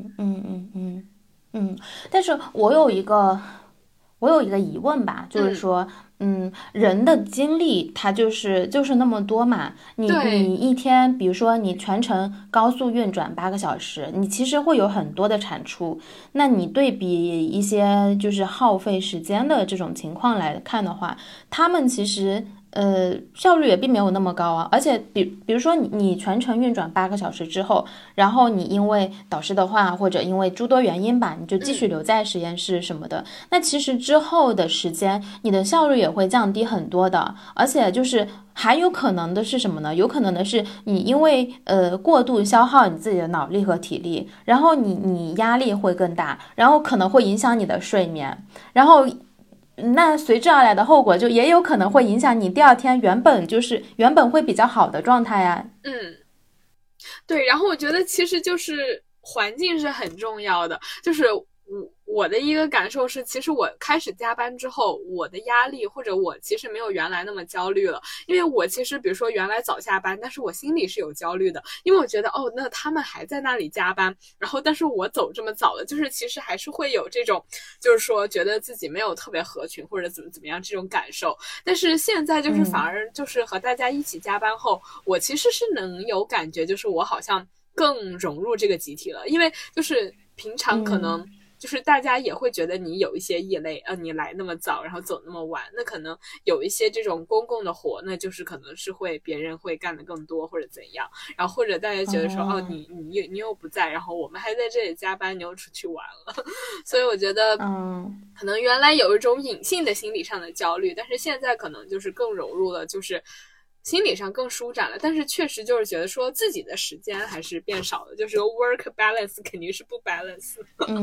但是我有一个疑问吧，就是说人的精力它就是那么多嘛，你一天比如说你全程高速运转8个小时，你其实会有很多的产出，那你对比一些就是耗费时间的这种情况来看的话，他们其实效率也并没有那么高啊，而且比如说你全程运转8个小时之后，然后你因为导师的话或者因为诸多原因吧，你就继续留在实验室什么的，那其实之后的时间你的效率也会降低很多的，而且就是还有可能的是什么呢？有可能的是你因为过度消耗你自己的脑力和体力，然后你压力会更大，然后可能会影响你的睡眠，然后那随之而来的后果就也有可能会影响你第二天原本会比较好的状态啊。 对，然后我觉得其实就是环境是很重要的，就是我的一个感受是，其实我开始加班之后，我的压力或者我其实没有原来那么焦虑了，因为我其实比如说原来早下班，但是我心里是有焦虑的，因为我觉得那他们还在那里加班，然后但是我走这么早了，就是其实还是会有这种就是说觉得自己没有特别合群或者怎么样这种感受。但是现在就是反而就是和大家一起加班后，我其实是能有感觉，就是我好像更融入这个集体了，因为就是平常可能就是大家也会觉得你有一些异类，你来那么早，然后走那么晚，那可能有一些这种公共的活，那就是可能是别人会干得更多或者怎样，然后或者大家觉得说，你又不在，然后我们还在这里加班，你又出去玩了，所以我觉得，可能原来有一种隐性的心理上的焦虑，但是现在可能就是更融入了，就是心理上更舒展了，但是确实就是觉得说自己的时间还是变少了，就是 work balance 肯定是不 balance。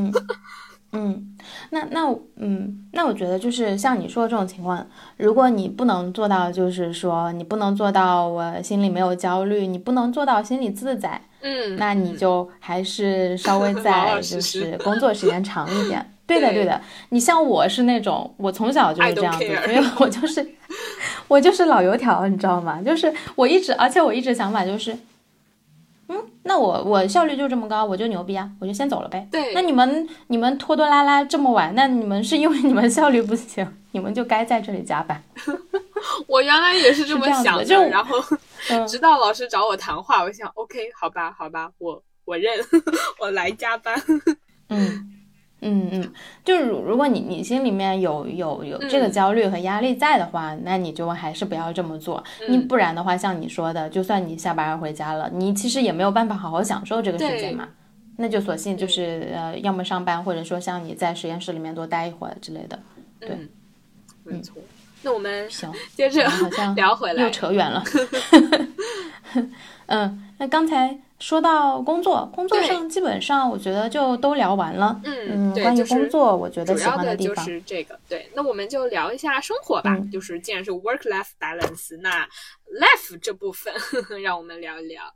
那我觉得就是像你说的这种情况，如果你不能做到，就是说你不能做到我心里没有焦虑，你不能做到心理自在，那你就还是稍微在就是工作时间长一点。对的，你像我是那种，我从小就是这样子，所以我就是老油条，你知道吗？就是而且我一直想法就是， 那我效率就这么高，我就牛逼啊，我就先走了呗。 对， 那你们拖拖拉拉这么晚，那你们是因为你们效率不行，你们就该在这里加班。 我原来也是这么想的， 就然后直到老师找我谈话，我想 OK 好吧，我认，我来加班。 就是如果你心里面有这个焦虑和压力在的话，那你就还是不要这么做。你不然的话，像你说的，就算你下班回家了，你其实也没有办法好好享受这个时间嘛。那就索性就是要么上班，或者说像你在实验室里面多待一会儿之类的。对， 没错。那我们行， 接着好像聊回来， 又扯远了。那刚才说到工作上基本上我觉得就都聊完了。关于工作，我觉得喜欢的地方就是这个。对，那我们就聊一下生活吧。就是既然是 work-life balance， 那 life 这部分让我们聊一聊。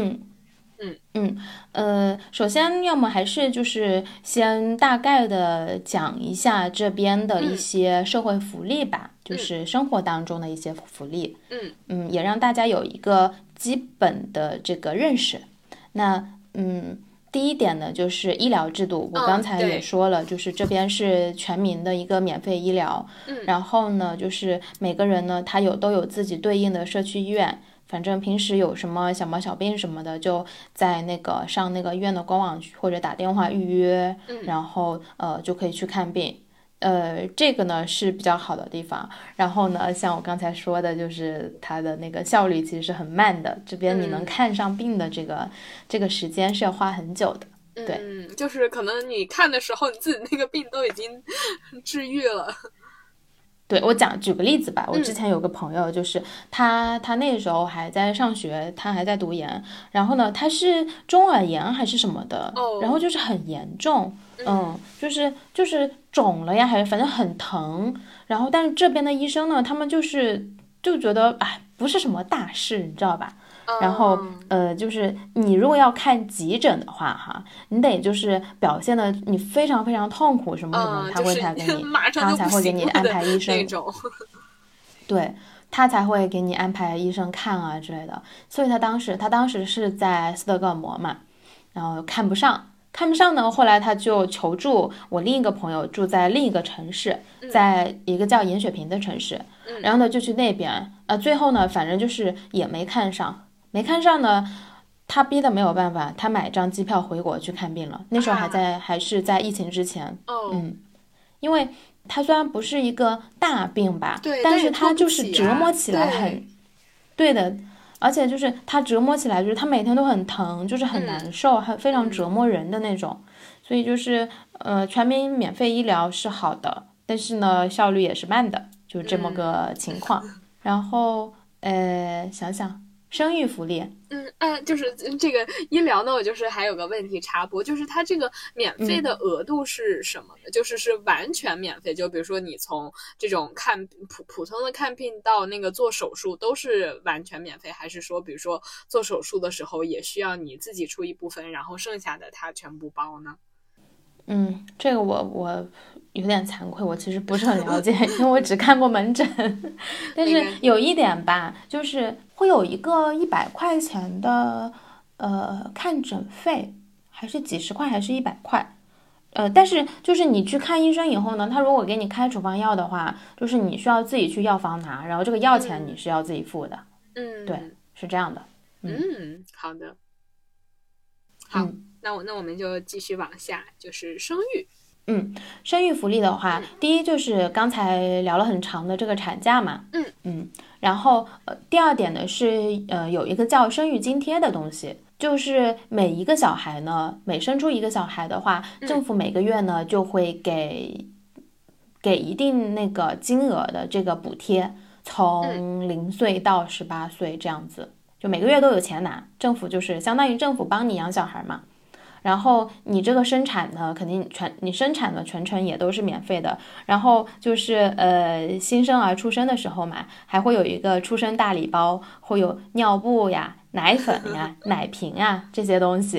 首先要么还是就是先大概的讲一下这边的一些社会福利吧，就是生活当中的一些福利，也让大家有一个基本的这个认识。那第一点呢，就是医疗制度，我刚才也说了，就是这边是全民的一个免费医疗，然后呢，就是每个人呢，他都有自己对应的社区医院。反正平时有什么小毛小病什么的，就在上那个医院的官网或者打电话预约，然后就可以去看病。这个呢是比较好的地方。然后呢，像我刚才说的，就是它的那个效率其实是很慢的。这边你能看上病的这个时间是要花很久的。对， 就是可能你看的时候，你自己那个病都已经治愈了。 对，我举个例子吧。我之前有个朋友，就是他那时候还在上学，他还在读研，然后呢，他是中耳炎还是什么的，然后就是很严重，就是肿了呀，还是反正很疼。然后但是这边的医生呢，他们就觉得不是什么大事，你知道吧？然后就是你如果要看急诊的话哈，你得就是表现的你非常非常痛苦什么什么，他才会给你安排医生，对，他才会给你安排医生看啊之类的。所以他当时是在斯德哥尔摩嘛，然后看不上呢，后来他就求助我另一个朋友住在另一个城市，在一个叫盐雪平的城市，然后呢就去那边，最后呢反正就是也没看上呢，他逼的没有办法，他买张机票回国去看病了。那时候还是在疫情之前。因为他虽然不是一个大病吧，但是他就是折磨起来很对的，而且就是他折磨起来就是他每天都很疼，就是很难受，很非常折磨人的那种。所以就是全民免费医疗是好的，但是呢效率也是慢的，就这么个情况。然后想想生育福利， 就是这个医疗呢，我就是还有个问题插播，就是它这个免费的额度是什么呢？就是完全免费，就比如说你从这种普通的看病到那个做手术都是完全免费，还是说比如说做手术的时候也需要你自己出一部分，然后剩下的它全部包呢？ 这个我有点惭愧，我其实不是很了解，因为我只看过门诊。但是有一点吧，就是会有一个100块钱的看诊费，还是几十块，还是100块。但是就是你去看医生以后呢，他如果给你开处方药的话，就是你需要自己去药房拿，然后这个药钱你是要自己付的。对，是这样的。 好的。好。那我们就继续往下，就是生育。 生育福利的话，第一就是刚才聊了很长的这个产假嘛。然后第二点呢是有一个叫生育津贴的东西，就是每一个小孩呢，每生出一个小孩的话，政府每个月呢就会给一定那个金额的这个补贴，从0岁到18岁这样子，就每个月都有钱拿，政府就是相当于政府帮你养小孩嘛。然后你这个生产呢，肯定你生产的全程也都是免费的。然后就是新生儿出生的时候嘛，还会有一个出生大礼包，会有尿布呀、奶粉呀、奶瓶呀这些东西。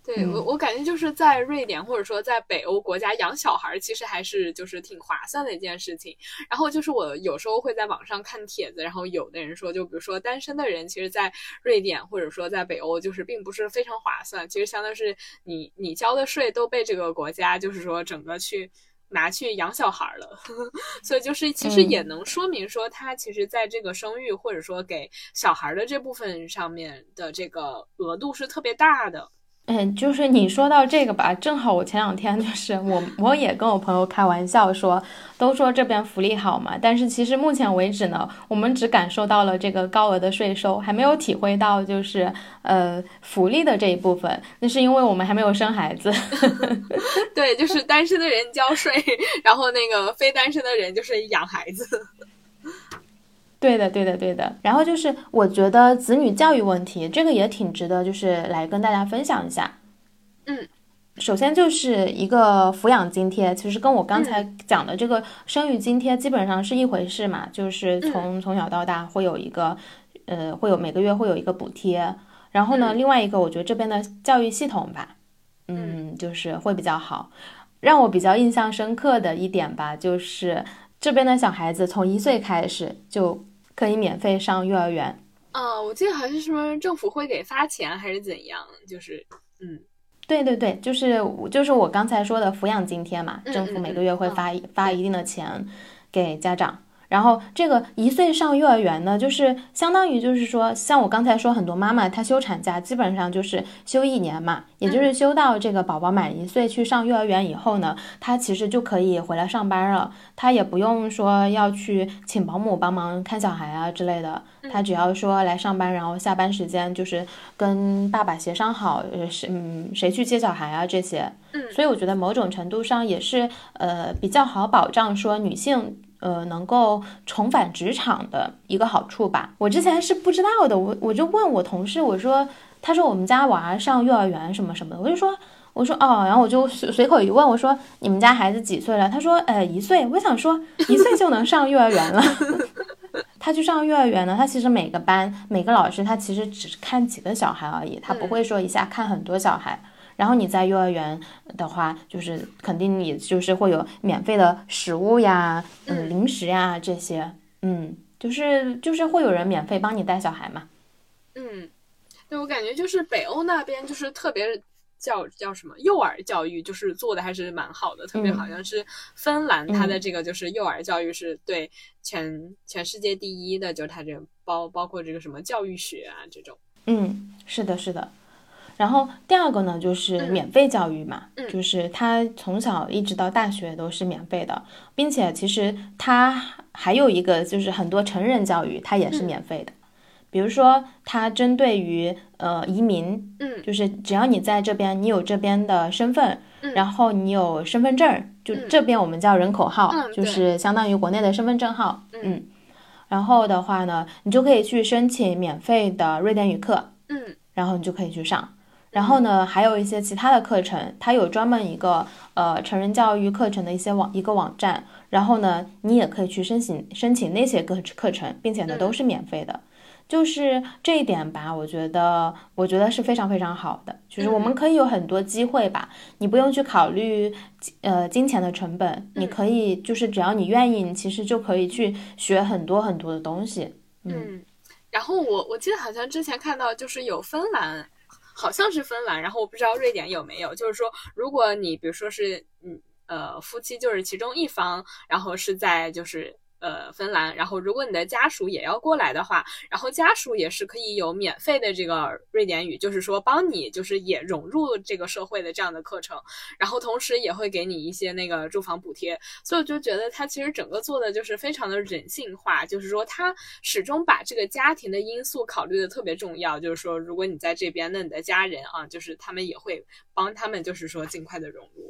对，我感觉就是在瑞典或者说在北欧国家养小孩其实还是就是挺划算的一件事情。然后就是我有时候会在网上看帖子，然后有的人说就比如说单身的人其实在瑞典或者说在北欧就是并不是非常划算，其实相当于是你交的税都被这个国家就是说整个去拿去养小孩了所以就是其实也能说明说他其实在这个生育或者说给小孩的这部分上面的这个额度是特别大的。 就是你说到这个吧，正好我前两天就是我也跟我朋友开玩笑说，都说这边福利好嘛，但是其实目前为止呢，我们只感受到了这个高额的税收，还没有体会到就是福利的这一部分，那是因为我们还没有生孩子。 对，就是单身的人交税，然后那个非单身的人就是养孩子。 对的。然后就是我觉得子女教育问题，这个也挺值得就是来跟大家分享一下。首先就是一个抚养津贴，其实跟我刚才讲的这个生育津贴基本上是一回事嘛，就是从小到大会有一个会有每个月会有一个补贴。然后呢，另外一个我觉得这边的教育系统吧，就是会比较好。让我比较印象深刻的一点吧，就是这边的小孩子从1岁开始就可以免费上幼儿园。 我记得好像是什么政府会给发钱还是怎样，就是对，就是我刚才说的抚养津贴嘛，政府每个月会发一定的钱给家长。然后这个1岁上幼儿园呢，就是相当于就是说，像我刚才说，很多妈妈她休产假基本上就是休1年嘛，也就是休到这个宝宝满1岁去上幼儿园以后呢，她其实就可以回来上班了，她也不用说要去请保姆帮忙看小孩啊之类的，她只要说来上班，然后下班时间就是跟爸爸协商好，谁去接小孩啊这些，所以我觉得某种程度上也是比较好保障说女性能够重返职场的一个好处吧。我之前是不知道的，我就问我同事，我说，他说我们家娃上幼儿园什么什么的，我说哦，然后我就随口一问，我说你们家孩子几岁了？他说1岁。我想说1岁就能上幼儿园了。他去上幼儿园呢，他其实每个班每个老师他其实只看几个小孩而已，他不会说一下看很多小孩。然后你在幼儿园的话，就是肯定你就是会有免费的食物呀，零食呀这些，就是会有人免费帮你带小孩嘛。 对，我感觉就是北欧那边就是特别叫什么幼儿教育，就是做的还是蛮好的，特别好像是芬兰，它的这个就是幼儿教育是对全世界第一的，就是它这个包括这个什么教育学啊这种。 是的。然后第二个呢，就是免费教育嘛，就是他从小一直到大学都是免费的，并且其实他还有一个就是很多成人教育，它也是免费的。比如说它针对于移民，就是只要你在这边，你有这边的身份，然后你有身份证，就这边我们叫人口号，就是相当于国内的身份证号，然后的话呢，你就可以去申请免费的瑞典语课，然后你就可以去上。然后呢，还有一些其他的课程，它有专门一个成人教育课程的一个网站，然后呢，你也可以去申请那些课程，并且呢都是免费的。就是这一点吧，我觉得是非常非常好的，就是我们可以有很多机会吧，你不用去考虑金钱的成本，你可以就是只要你愿意，你其实就可以去学很多很多的东西。 然后我记得好像之前看到就是有芬兰。好像是芬兰，然后我不知道瑞典有没有，就是说如果你比如说是夫妻就是其中一方，然后是在就是芬兰，然后如果你的家属也要过来的话，然后家属也是可以有免费的这个瑞典语，就是说帮你就是也融入这个社会的这样的课程，然后同时也会给你一些那个住房补贴，所以我就觉得他其实整个做的就是非常的人性化，就是说他始终把这个家庭的因素考虑的特别重要，就是说如果你在这边，那你的家人啊，就是他们也会帮他们就是说尽快的融入。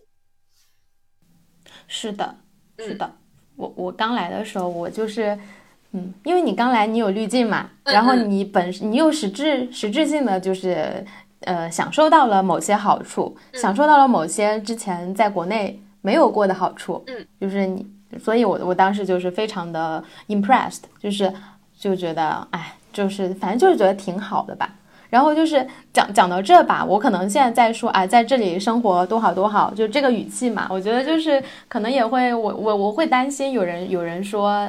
是的。我刚来的时候，我就是，因为你刚来，你有滤镜嘛，然后你又实质性的就是享受到了某些好处，享受到了某些之前在国内没有过的好处，就是你，所以我当时就是非常的 impressed，就觉得就是反正就是觉得挺好的吧。 然后就是讲到这吧，我可能现在在说啊，在这里生活多好多好，就这个语气嘛，我觉得就是可能也会我会担心有人说，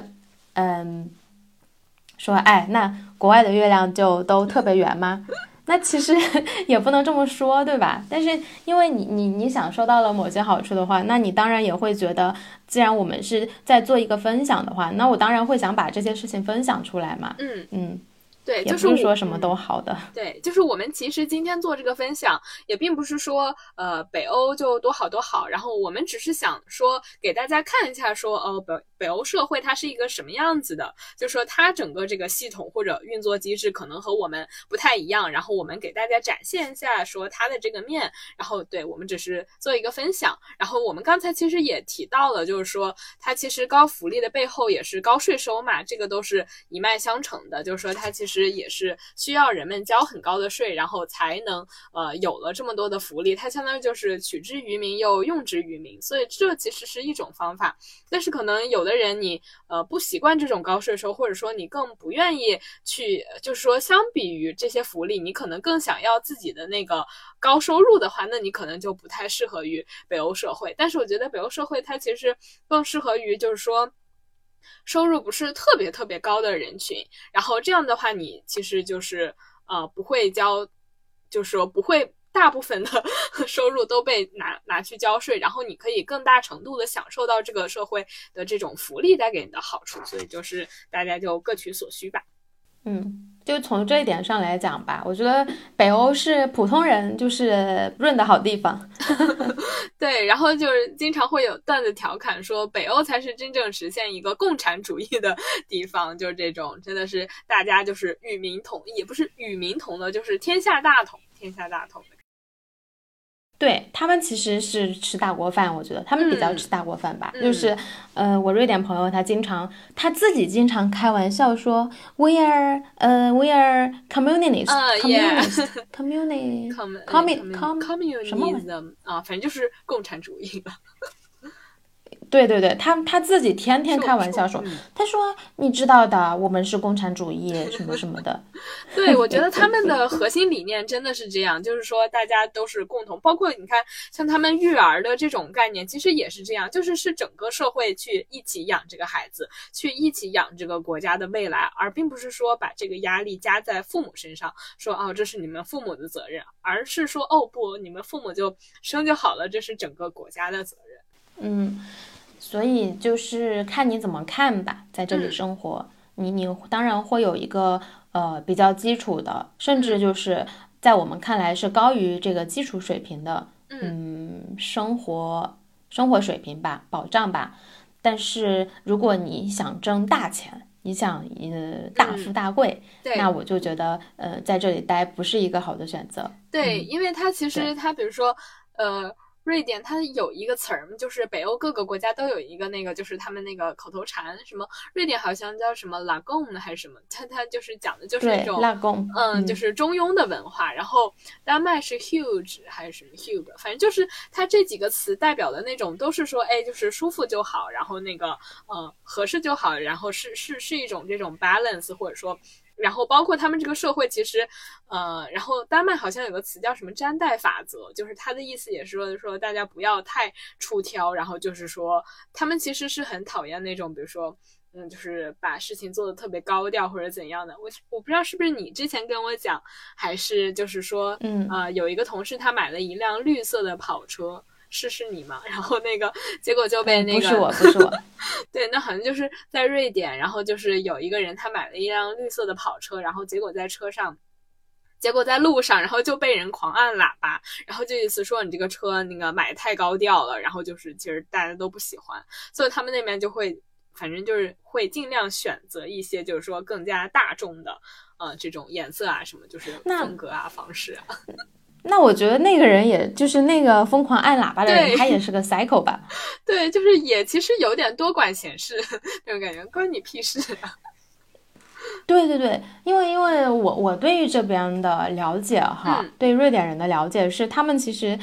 说哎，那国外的月亮就都特别圆吗？那其实也不能这么说，对吧？但是因为你享受到了某些好处的话，那你当然也会觉得，既然我们是在做一个分享的话，那我当然会想把这些事情分享出来嘛。 对， 也不是说什么都好的。 对，就是我们其实今天做这个分享，也并不是说北欧就多好多好，然后我们只是想说给大家看一下说北欧社会它是一个什么样子的，就说它整个这个系统或者运作机制可能和我们不太一样，然后我们给大家展现一下说它的这个面，然后对我们只是做一个分享。然后我们刚才其实也提到了，就是说它其实高福利的背后也是高税收嘛，这个都是一脉相承的，就是说它其实也是需要人们交很高的税，然后才能有了这么多的福利，它相当于就是取之于民又用之于民，所以这其实是一种方法。但是可能有的人你不习惯这种高税收，或者说你更不愿意去，就是说相比于这些福利，你可能更想要自己的那个高收入的话，那你可能就不太适合于北欧社会。但是我觉得北欧社会它其实更适合于就是说收入不是特别特别高的人群，然后这样的话你其实就是不会交，就是说不会大部分的收入都被拿去交税，然后你可以更大程度的享受到这个社会的这种福利带给你的好处，所以就是大家就各取所需吧。 就从这一点上来讲吧，我觉得北欧是普通人就是润的好地方。 对，然后就是经常会有段子调侃说北欧才是真正实现一个共产主义的地方，就是这种真的是大家就是与民同，也不是与民同的，就是天下大同的。 对，他们其实是吃大锅饭，我觉得他们比较吃大锅饭吧。就是我瑞典朋友他自己经常开玩笑说 we are communists communism 啊，反正就是共产主义吧。 对对对，他自己天天开玩笑说，他说你知道的，我们是共产主义什么什么的。 对，我觉得他们的核心理念真的是这样，就是说大家都是共同，包括你看像他们育儿的这种概念，其实也是这样，就是整个社会去一起养这个孩子，去一起养这个国家的未来，而并不是说把这个压力加在父母身上，说这是你们父母的责任，而是说不，你们父母就生就好了，这是整个国家的责任。 所以就是看你怎么看吧，在这里生活，你当然会有一个比较基础的，甚至就是在我们看来是高于这个基础水平的，生活水平吧，保障吧。但是如果你想挣大钱，你想大富大贵，那我就觉得在这里待不是一个好的选择。 对，因为它其实它比如说瑞典它有一个词儿，就是北欧各个国家都有一个那个，就是他们那个口头禅，什么瑞典好像叫什么 Lagom 还是什么，它就是讲的就是那种就是中庸的文化。然后丹麦是 huge 还是什么 huge， 反正就是它这几个词代表的那种都是说，就是舒服就好，然后那个合适就好，然后是一种这种 balance， 或者说。然后包括他们这个社会其实然后丹麦好像有个词叫什么粘带法则，就是他的意思也是说大家不要太出挑，然后就是说他们其实是很讨厌那种比如说就是把事情做得特别高调或者怎样的。我不知道是不是你之前跟我讲，还是就是说有一个同事他买了一辆绿色的跑车，是你吗？然后那个结果就被那个不是我对，那好像就是在瑞典，然后就是有一个人他买了一辆绿色的跑车，然后结果在路上，然后就被人狂按喇叭，然后就意思说你这个车那个买太高调了，然后就是其实大家都不喜欢，所以他们那边就会反正就是会尽量选择一些就是说更加大众的这种颜色啊什么，就是风格啊方式啊。 那我觉得那个人也就是那个疯狂按喇叭的人，他也是个 psycho 吧？ 对，就是也其实有点多管闲事那种感觉，关你屁事啊！ 对对对，因为我对于这边的了解哈，对瑞典人的了解是，他们其实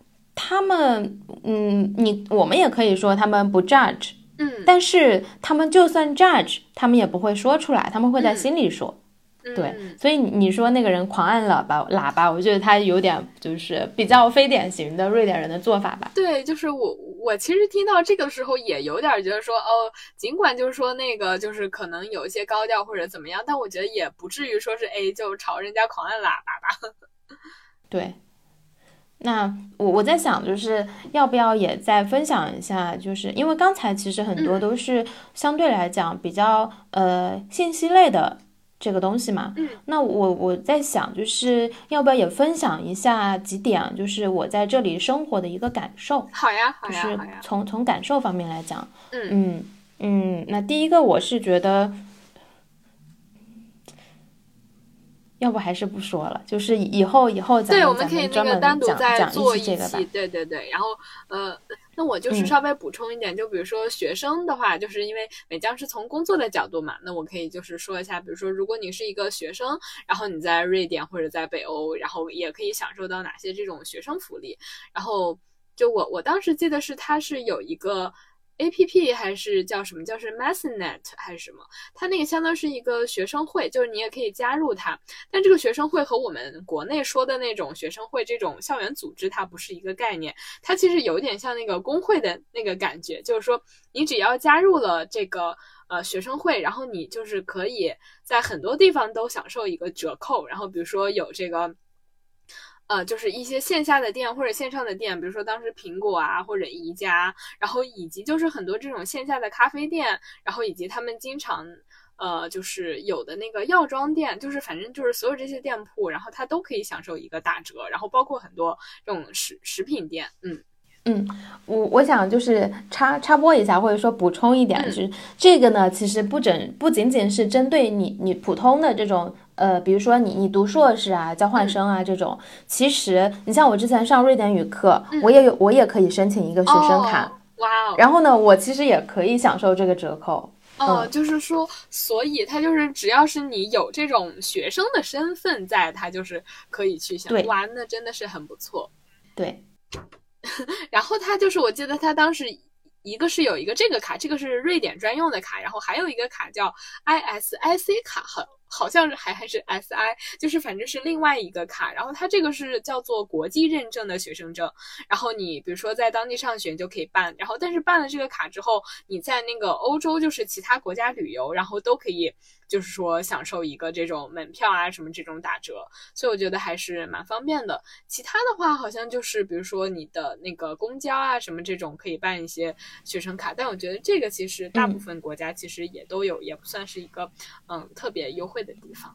我们也可以说他们不 judge，但是他们就算 judge，他们也不会说出来，他们会在心里说。 对，所以你说那个人狂按喇叭，我觉得他有点就是比较非典型的瑞典人的做法吧。 对，就是我其实听到这个时候也有点觉得说，尽管就是说那个就是可能有一些高调或者怎么样，但我觉得也不至于说是就朝人家狂按喇叭吧。 对，那我在想，就是要不要也再分享一下，就是因为刚才其实很多都是相对来讲比较信息类的这个东西嘛，那我在想，就是要不要也分享一下几点，就是我在这里生活的一个感受。 好呀， 就是从感受方面来讲，那第一个我是觉得，要不还是不说了，就是以后对，我们可以那个单独再做一期， 对，然后那我就是稍微补充一点，就比如说学生的话，就是因为美江是从工作的角度嘛，那我可以就是说一下，比如说如果你是一个学生，然后你在瑞典或者在北欧，然后也可以享受到哪些这种学生福利。然后就我当时记得是它是有一个APP 还是叫什么，叫是 Messenet 还是什么，它那个相当是一个学生会，就是你也可以加入它，但这个学生会和我们国内说的那种学生会这种校园组织它不是一个概念，它其实有点像那个工会的那个感觉，就是说你只要加入了这个学生会，然后你就是可以在很多地方都享受一个折扣，然后比如说有这个就是一些线下的店或者线上的店，比如说当时苹果啊或者宜家，然后以及就是很多这种线下的咖啡店，然后以及他们经常就是有的那个药妆店，就是反正就是所有这些店铺，然后它都可以享受一个打折，然后包括很多这种食品店。 我想就是插播一下，或者说补充一点，就是这个呢，其实不仅仅是针对你普通的这种比如说你读硕士啊、交换生啊这种，其实你像我之前上瑞典语课，我也可以申请一个学生卡， 哇哦， 然后呢，我其实也可以享受这个折扣。 就是说，所以他就是只要是你有这种学生的身份在，他就是可以去享。哇，那真的是很不错。 对。 然后他就是，我记得他当时一个是有一个这个卡，这个是瑞典专用的卡，然后还有一个卡叫 ISIC 卡，好像是还是 SI， 就是反正是另外一个卡，然后它这个是叫做国际认证的学生证，然后你比如说在当地上学就可以办，然后但是办了这个卡之后，你在那个欧洲就是其他国家旅游，然后都可以就是说享受一个这种门票啊什么这种打折，所以我觉得还是蛮方便的。其他的话好像就是比如说你的那个公交啊什么这种可以办一些学生卡，但我觉得这个其实大部分国家其实也都有，也不算是一个特别优惠的地方。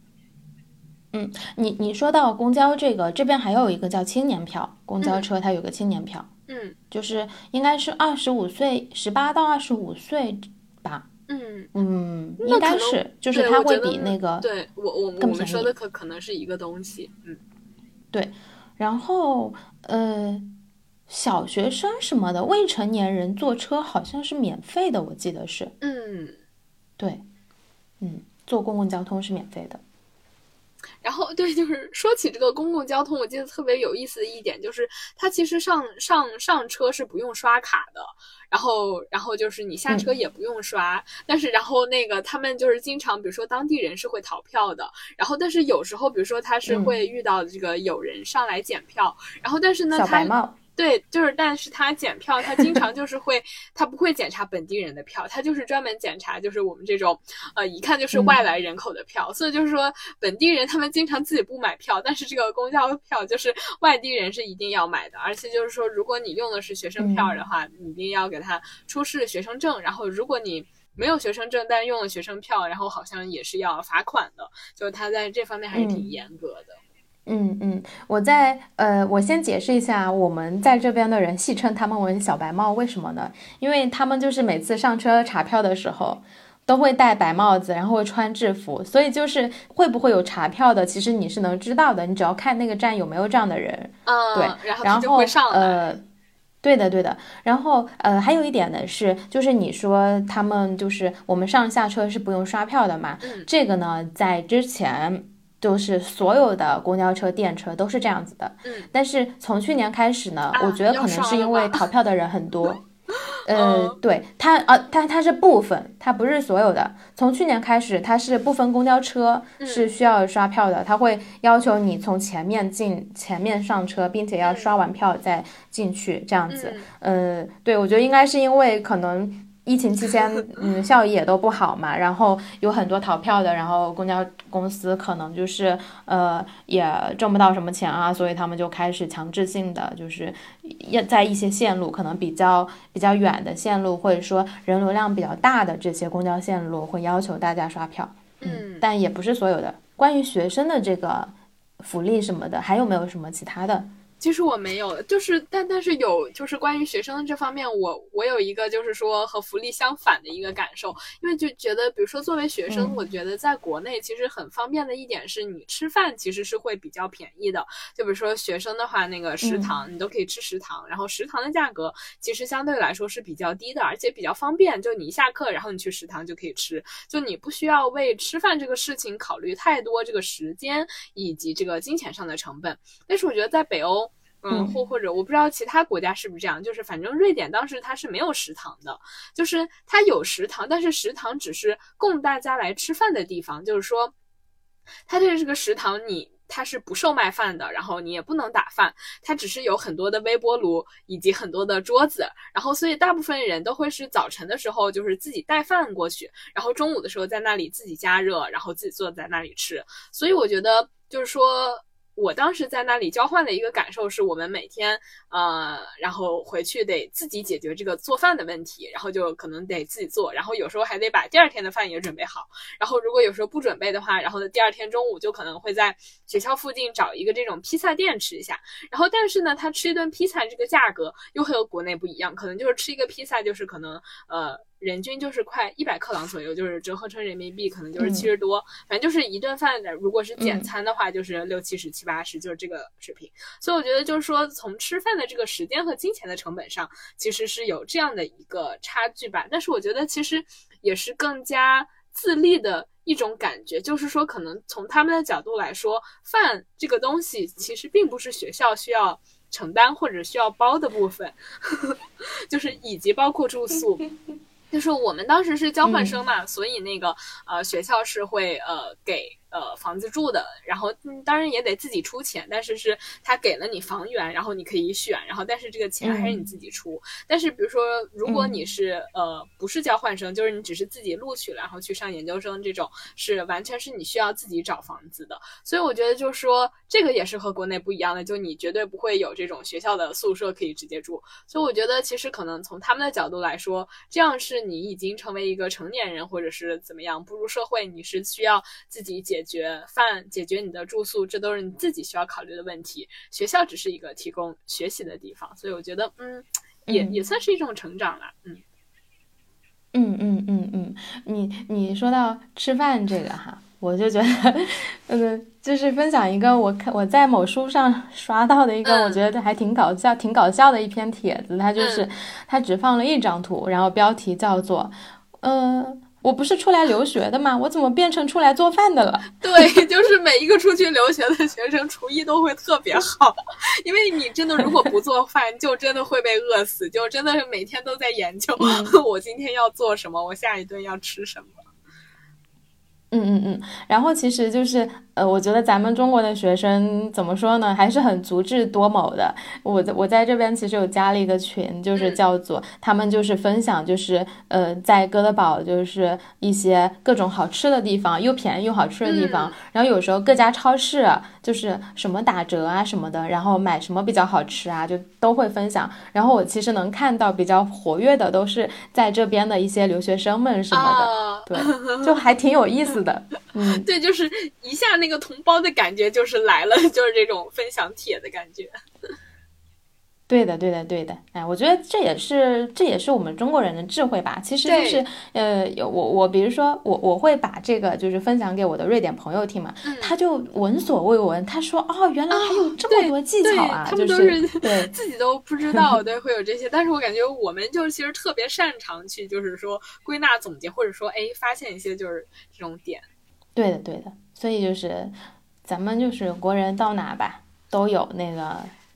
你说到公交这边还有一个叫青年票，公交车它有个青年票，就是应该是25岁，18到25岁吧。应该是，就是它会比那个对我们说的可能是一个东西。 对，然后小学生什么的，未成年人坐车好像是免费的，我记得是。对，坐公共交通是免费的。 然后对，就是说起这个公共交通，我记得特别有意思的一点就是，它其实上车是不用刷卡的，然后就是你下车也不用刷，但是然后那个他们就是经常，比如说当地人是会逃票的，然后但是有时候比如说他是会遇到这个有人上来检票，然后但是呢小白帽。 对，就是但是他检票，他经常就是他不会检查本地人的票，他就是专门检查就是我们这种一看就是外来人口的票，所以就是说本地人他们经常自己不买票，但是这个公交票就是外地人是一定要买的，而且就是说如果你用的是学生票的话，你一定要给他出示学生证，然后如果你没有学生证但用了学生票，然后好像也是要罚款的，就是他在这方面还是挺严格的。 我先解释一下，我们在这边的人戏称他们为小白帽，为什么呢？因为他们就是每次上车查票的时候都会戴白帽子，然后会穿制服，所以就是会不会有查票的，其实你是能知道的，你只要看那个站有没有这样的人。对， 然后他就会上来。 对的。然后还有一点呢是，就是你说他们就是我们上下车是不用刷票的嘛？这个呢在之前就是所有的公交车、电车都是这样子的。但是从去年开始呢，我觉得可能是因为逃票的人很多， 对，它是部分，它不是所有的。从去年开始，它是部分公交车是需要刷票的，它会要求你从前面上车，并且要刷完票再进去，这样子。对，我觉得应该是因为可能疫情期间，效益也都不好嘛，然后有很多逃票的，然后公交公司可能就是也挣不到什么钱啊，所以他们就开始强制性的，就是在一些线路可能比较远的线路，或者说人流量比较大的这些公交线路，会要求大家刷票。但也不是所有的。关于学生的这个福利什么的，还有没有什么其他的？ 其实我没有，就是但是有，就是关于学生这方面，我有一个就是说和福利相反的一个感受，因为就觉得，比如说作为学生，我觉得在国内其实很方便的一点是你吃饭其实是会比较便宜的，就比如说学生的话，那个食堂你都可以吃食堂，然后食堂的价格其实相对来说是比较低的，而且比较方便，就你一下课然后你去食堂就可以吃，就你不需要为吃饭这个事情考虑太多这个时间以及这个金钱上的成本。但是我觉得在北欧或者我不知道其他国家是不是这样，就是反正瑞典当时它是没有食堂的，就是它有食堂，但是食堂只是供大家来吃饭的地方，就是说它这个食堂它是不售卖饭的，然后你也不能打饭，它只是有很多的微波炉以及很多的桌子，然后所以大部分人都会是早晨的时候就是自己带饭过去，然后中午的时候在那里自己加热，然后自己坐在那里吃。所以我觉得就是说我当时在那里交换的一个感受是，我们每天然后回去得自己解决这个做饭的问题，然后就可能得自己做，然后有时候还得把第二天的饭也准备好，然后如果有时候不准备的话，然后第二天中午就可能会在学校附近找一个这种披萨店吃一下，然后但是呢，他吃一顿披萨这个价格又和国内不一样，可能就是吃一个披萨就是可能人均就是快100克朗左右，就是折合成人民币可能就是70多，反正就是一顿饭的，如果是简餐的话，就是60、70、70、80，就是这个水平。所以我觉得就是说，从吃饭的这个时间和金钱的成本上，其实是有这样的一个差距吧。但是我觉得其实也是更加自立的一种感觉，就是说可能从他们的角度来说，饭这个东西其实并不是学校需要承担或者需要包的部分，就是以及包括住宿。就是我们当时是交换生嘛，所以那个学校是会给房子住的，然后当然也得自己出钱，但是他给了你房源，然后你可以选，然后但是这个钱还是你自己出。但是比如说如果你是不是交换生，就是你只是自己录取了然后去上研究生，这种是完全是你需要自己找房子的。所以我觉得就是说这个也是和国内不一样的，就你绝对不会有这种学校的宿舍可以直接住。所以我觉得其实可能从他们的角度来说，这样是你已经成为一个成年人，或者是怎么样步入社会，你是需要自己解决饭，解决你的住宿，这都是你自己需要考虑的问题。学校只是一个提供学习的地方，所以我觉得也算是一种成长了。 你说到吃饭这个哈，我就觉得就是分享一个我在某书上刷到的一个我觉得还挺搞笑的一篇帖子，它就是它只放了一张图，然后标题叫做我不是出来留学的吗？我怎么变成出来做饭的了？ 对，就是每一个出去留学的学生厨艺都会特别好，因为你真的如果不做饭就真的会被饿死，就真的是每天都在研究我今天要做什么，我下一顿要吃什么。 然后其实就是我觉得咱们中国的学生怎么说呢，还是很足智多谋的。我在这边其实有加了一个群，就是叫做他们就是分享，就是在哥德堡就是一些各种好吃的地方，又便宜又好吃的地方。然后有时候各家超市就是什么打折啊什么的，然后买什么比较好吃啊，就都会分享。然后我其实能看到比较活跃的都是在这边的一些留学生们什么的，对，就还挺有意思的。 对，就是一下那个同胞的感觉就是来了，就是这种分享帖的感觉。 对的，哎，我觉得这也是我们中国人的智慧吧。其实就是我比如说我会把这个就是分享给我的瑞典朋友听嘛，他就闻所未闻，他说原来还有这么多技巧啊， 他们都是对自己都不知道，对，会有这些。但是我感觉我们就其实特别擅长去就是说归纳总结，或者说发现一些就是这种点。 对的，所以就是咱们就是国人到哪吧都有那个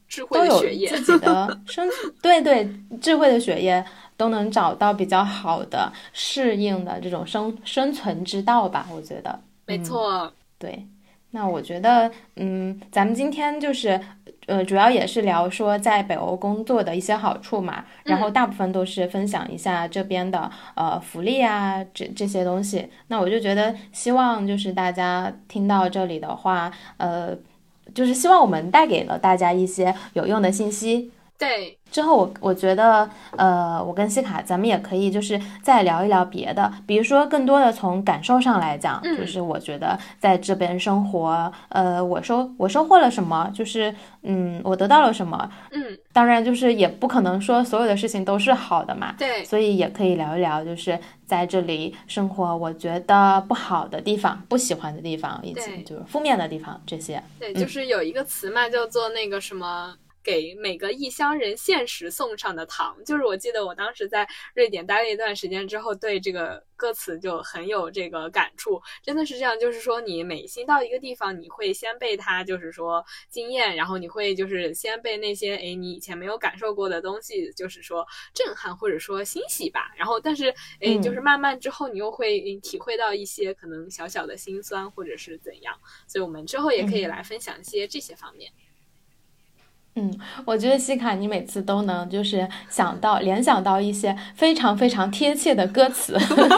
智慧的血液， 都有自己的对对，智慧的血液都能找到比较好的适应的这种生存之道吧，我觉得。 没错。 对，那我觉得咱们今天就是主要也是聊说在北欧工作的一些好处嘛，然后大部分都是分享一下这边的福利啊这些东西。那我就觉得希望就是大家听到这里的话，就是希望我们带给了大家一些有用的信息。 对， 之后我觉得我跟西卡咱们也可以就是再聊一聊别的，比如说更多的从感受上来讲，就是我觉得在这边生活我收获了什么，就是我得到了什么，当然就是也不可能说所有的事情都是好的嘛， 对， 所以也可以聊一聊就是在这里生活我觉得不好的地方，不喜欢的地方，以及就是负面的地方这些。 对，就是有一个词嘛，叫做那个什么给每个异乡人限时送上的糖，就是我记得我当时在瑞典待了一段时间之后，对这个歌词就很有这个感触，真的是这样，就是说你每新到一个地方，你会先被它就是说惊艳，然后你会就是先被那些你以前没有感受过的东西就是说震撼或者说欣喜吧，然后但是就是慢慢之后你又会体会到一些可能小小的辛酸或者是怎样，所以我们之后也可以来分享一些这些方面。 我觉得西卡你每次都能就是联想到一些非常非常贴切的歌词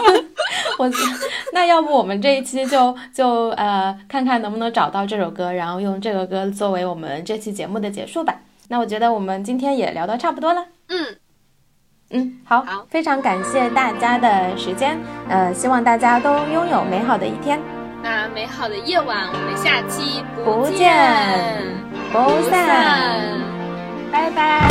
那要不我们这一期就看看能不能找到这首歌，然后用这个歌作为我们这期节目的结束吧。那我觉得我们今天也聊得差不多了。好，非常感谢大家的时间，希望大家都拥有美好的一天。 那美好的夜晚，我们下期不见不散， 拜拜。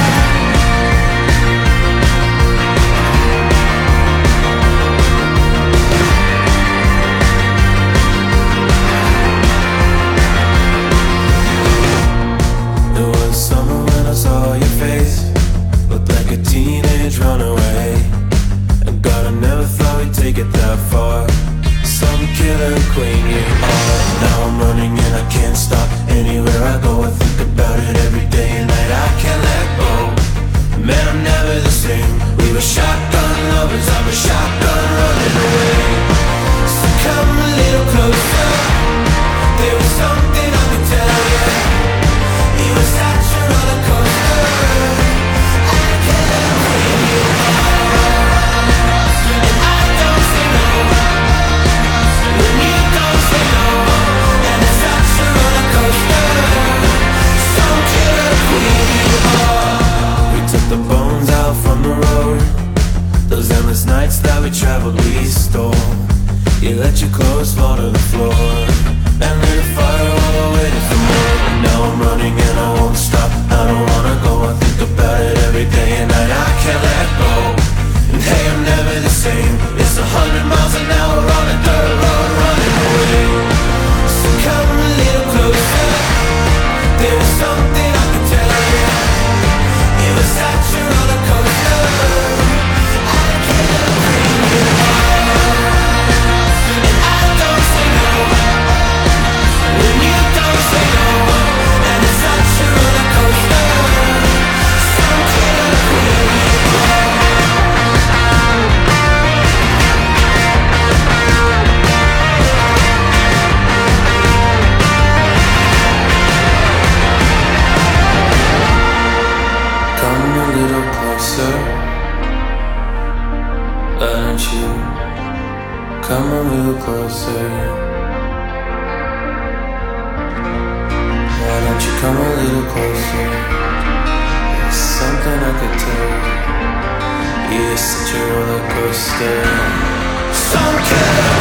There was summer when I saw your face, looked like a teenage runaway. And God, I never thought we'd take it that far. Some killer queen you are. Now I'm running and I can't stop. Anywhere I go I think about it every day and night. I can't let go. Man, I'm never the same. We were shotgun lovers, I'm a shotgun running away. So come a little closer. There was something I could tell you. It was such a roller coaster. I can't let queen you are. And I don't say no when you don't say no. And it's such a roller coaster. Some killer queen you are. We took the bones out from the road. Those endless nights that we traveled, we stole. You let your clothes fall to the floor and lit a fire while I waited for more. And now I'm running and I won't stop. I don't wanna go, I think about it every day and night. I can't let go. And hey, I'm never the same. It's 100 miles an hour on a dirt road running away. So come a little closer. There was something I could tell you. It was such a roller coaster. I can't let queen you are. And I don't say no when you don't say no. And it's such a roller coaster. Some killer queen you are. Come a little closer, why don't you come a little closer? Why don't you come a little closer? There's something I could tell you. You're such a roller coaster. Some killer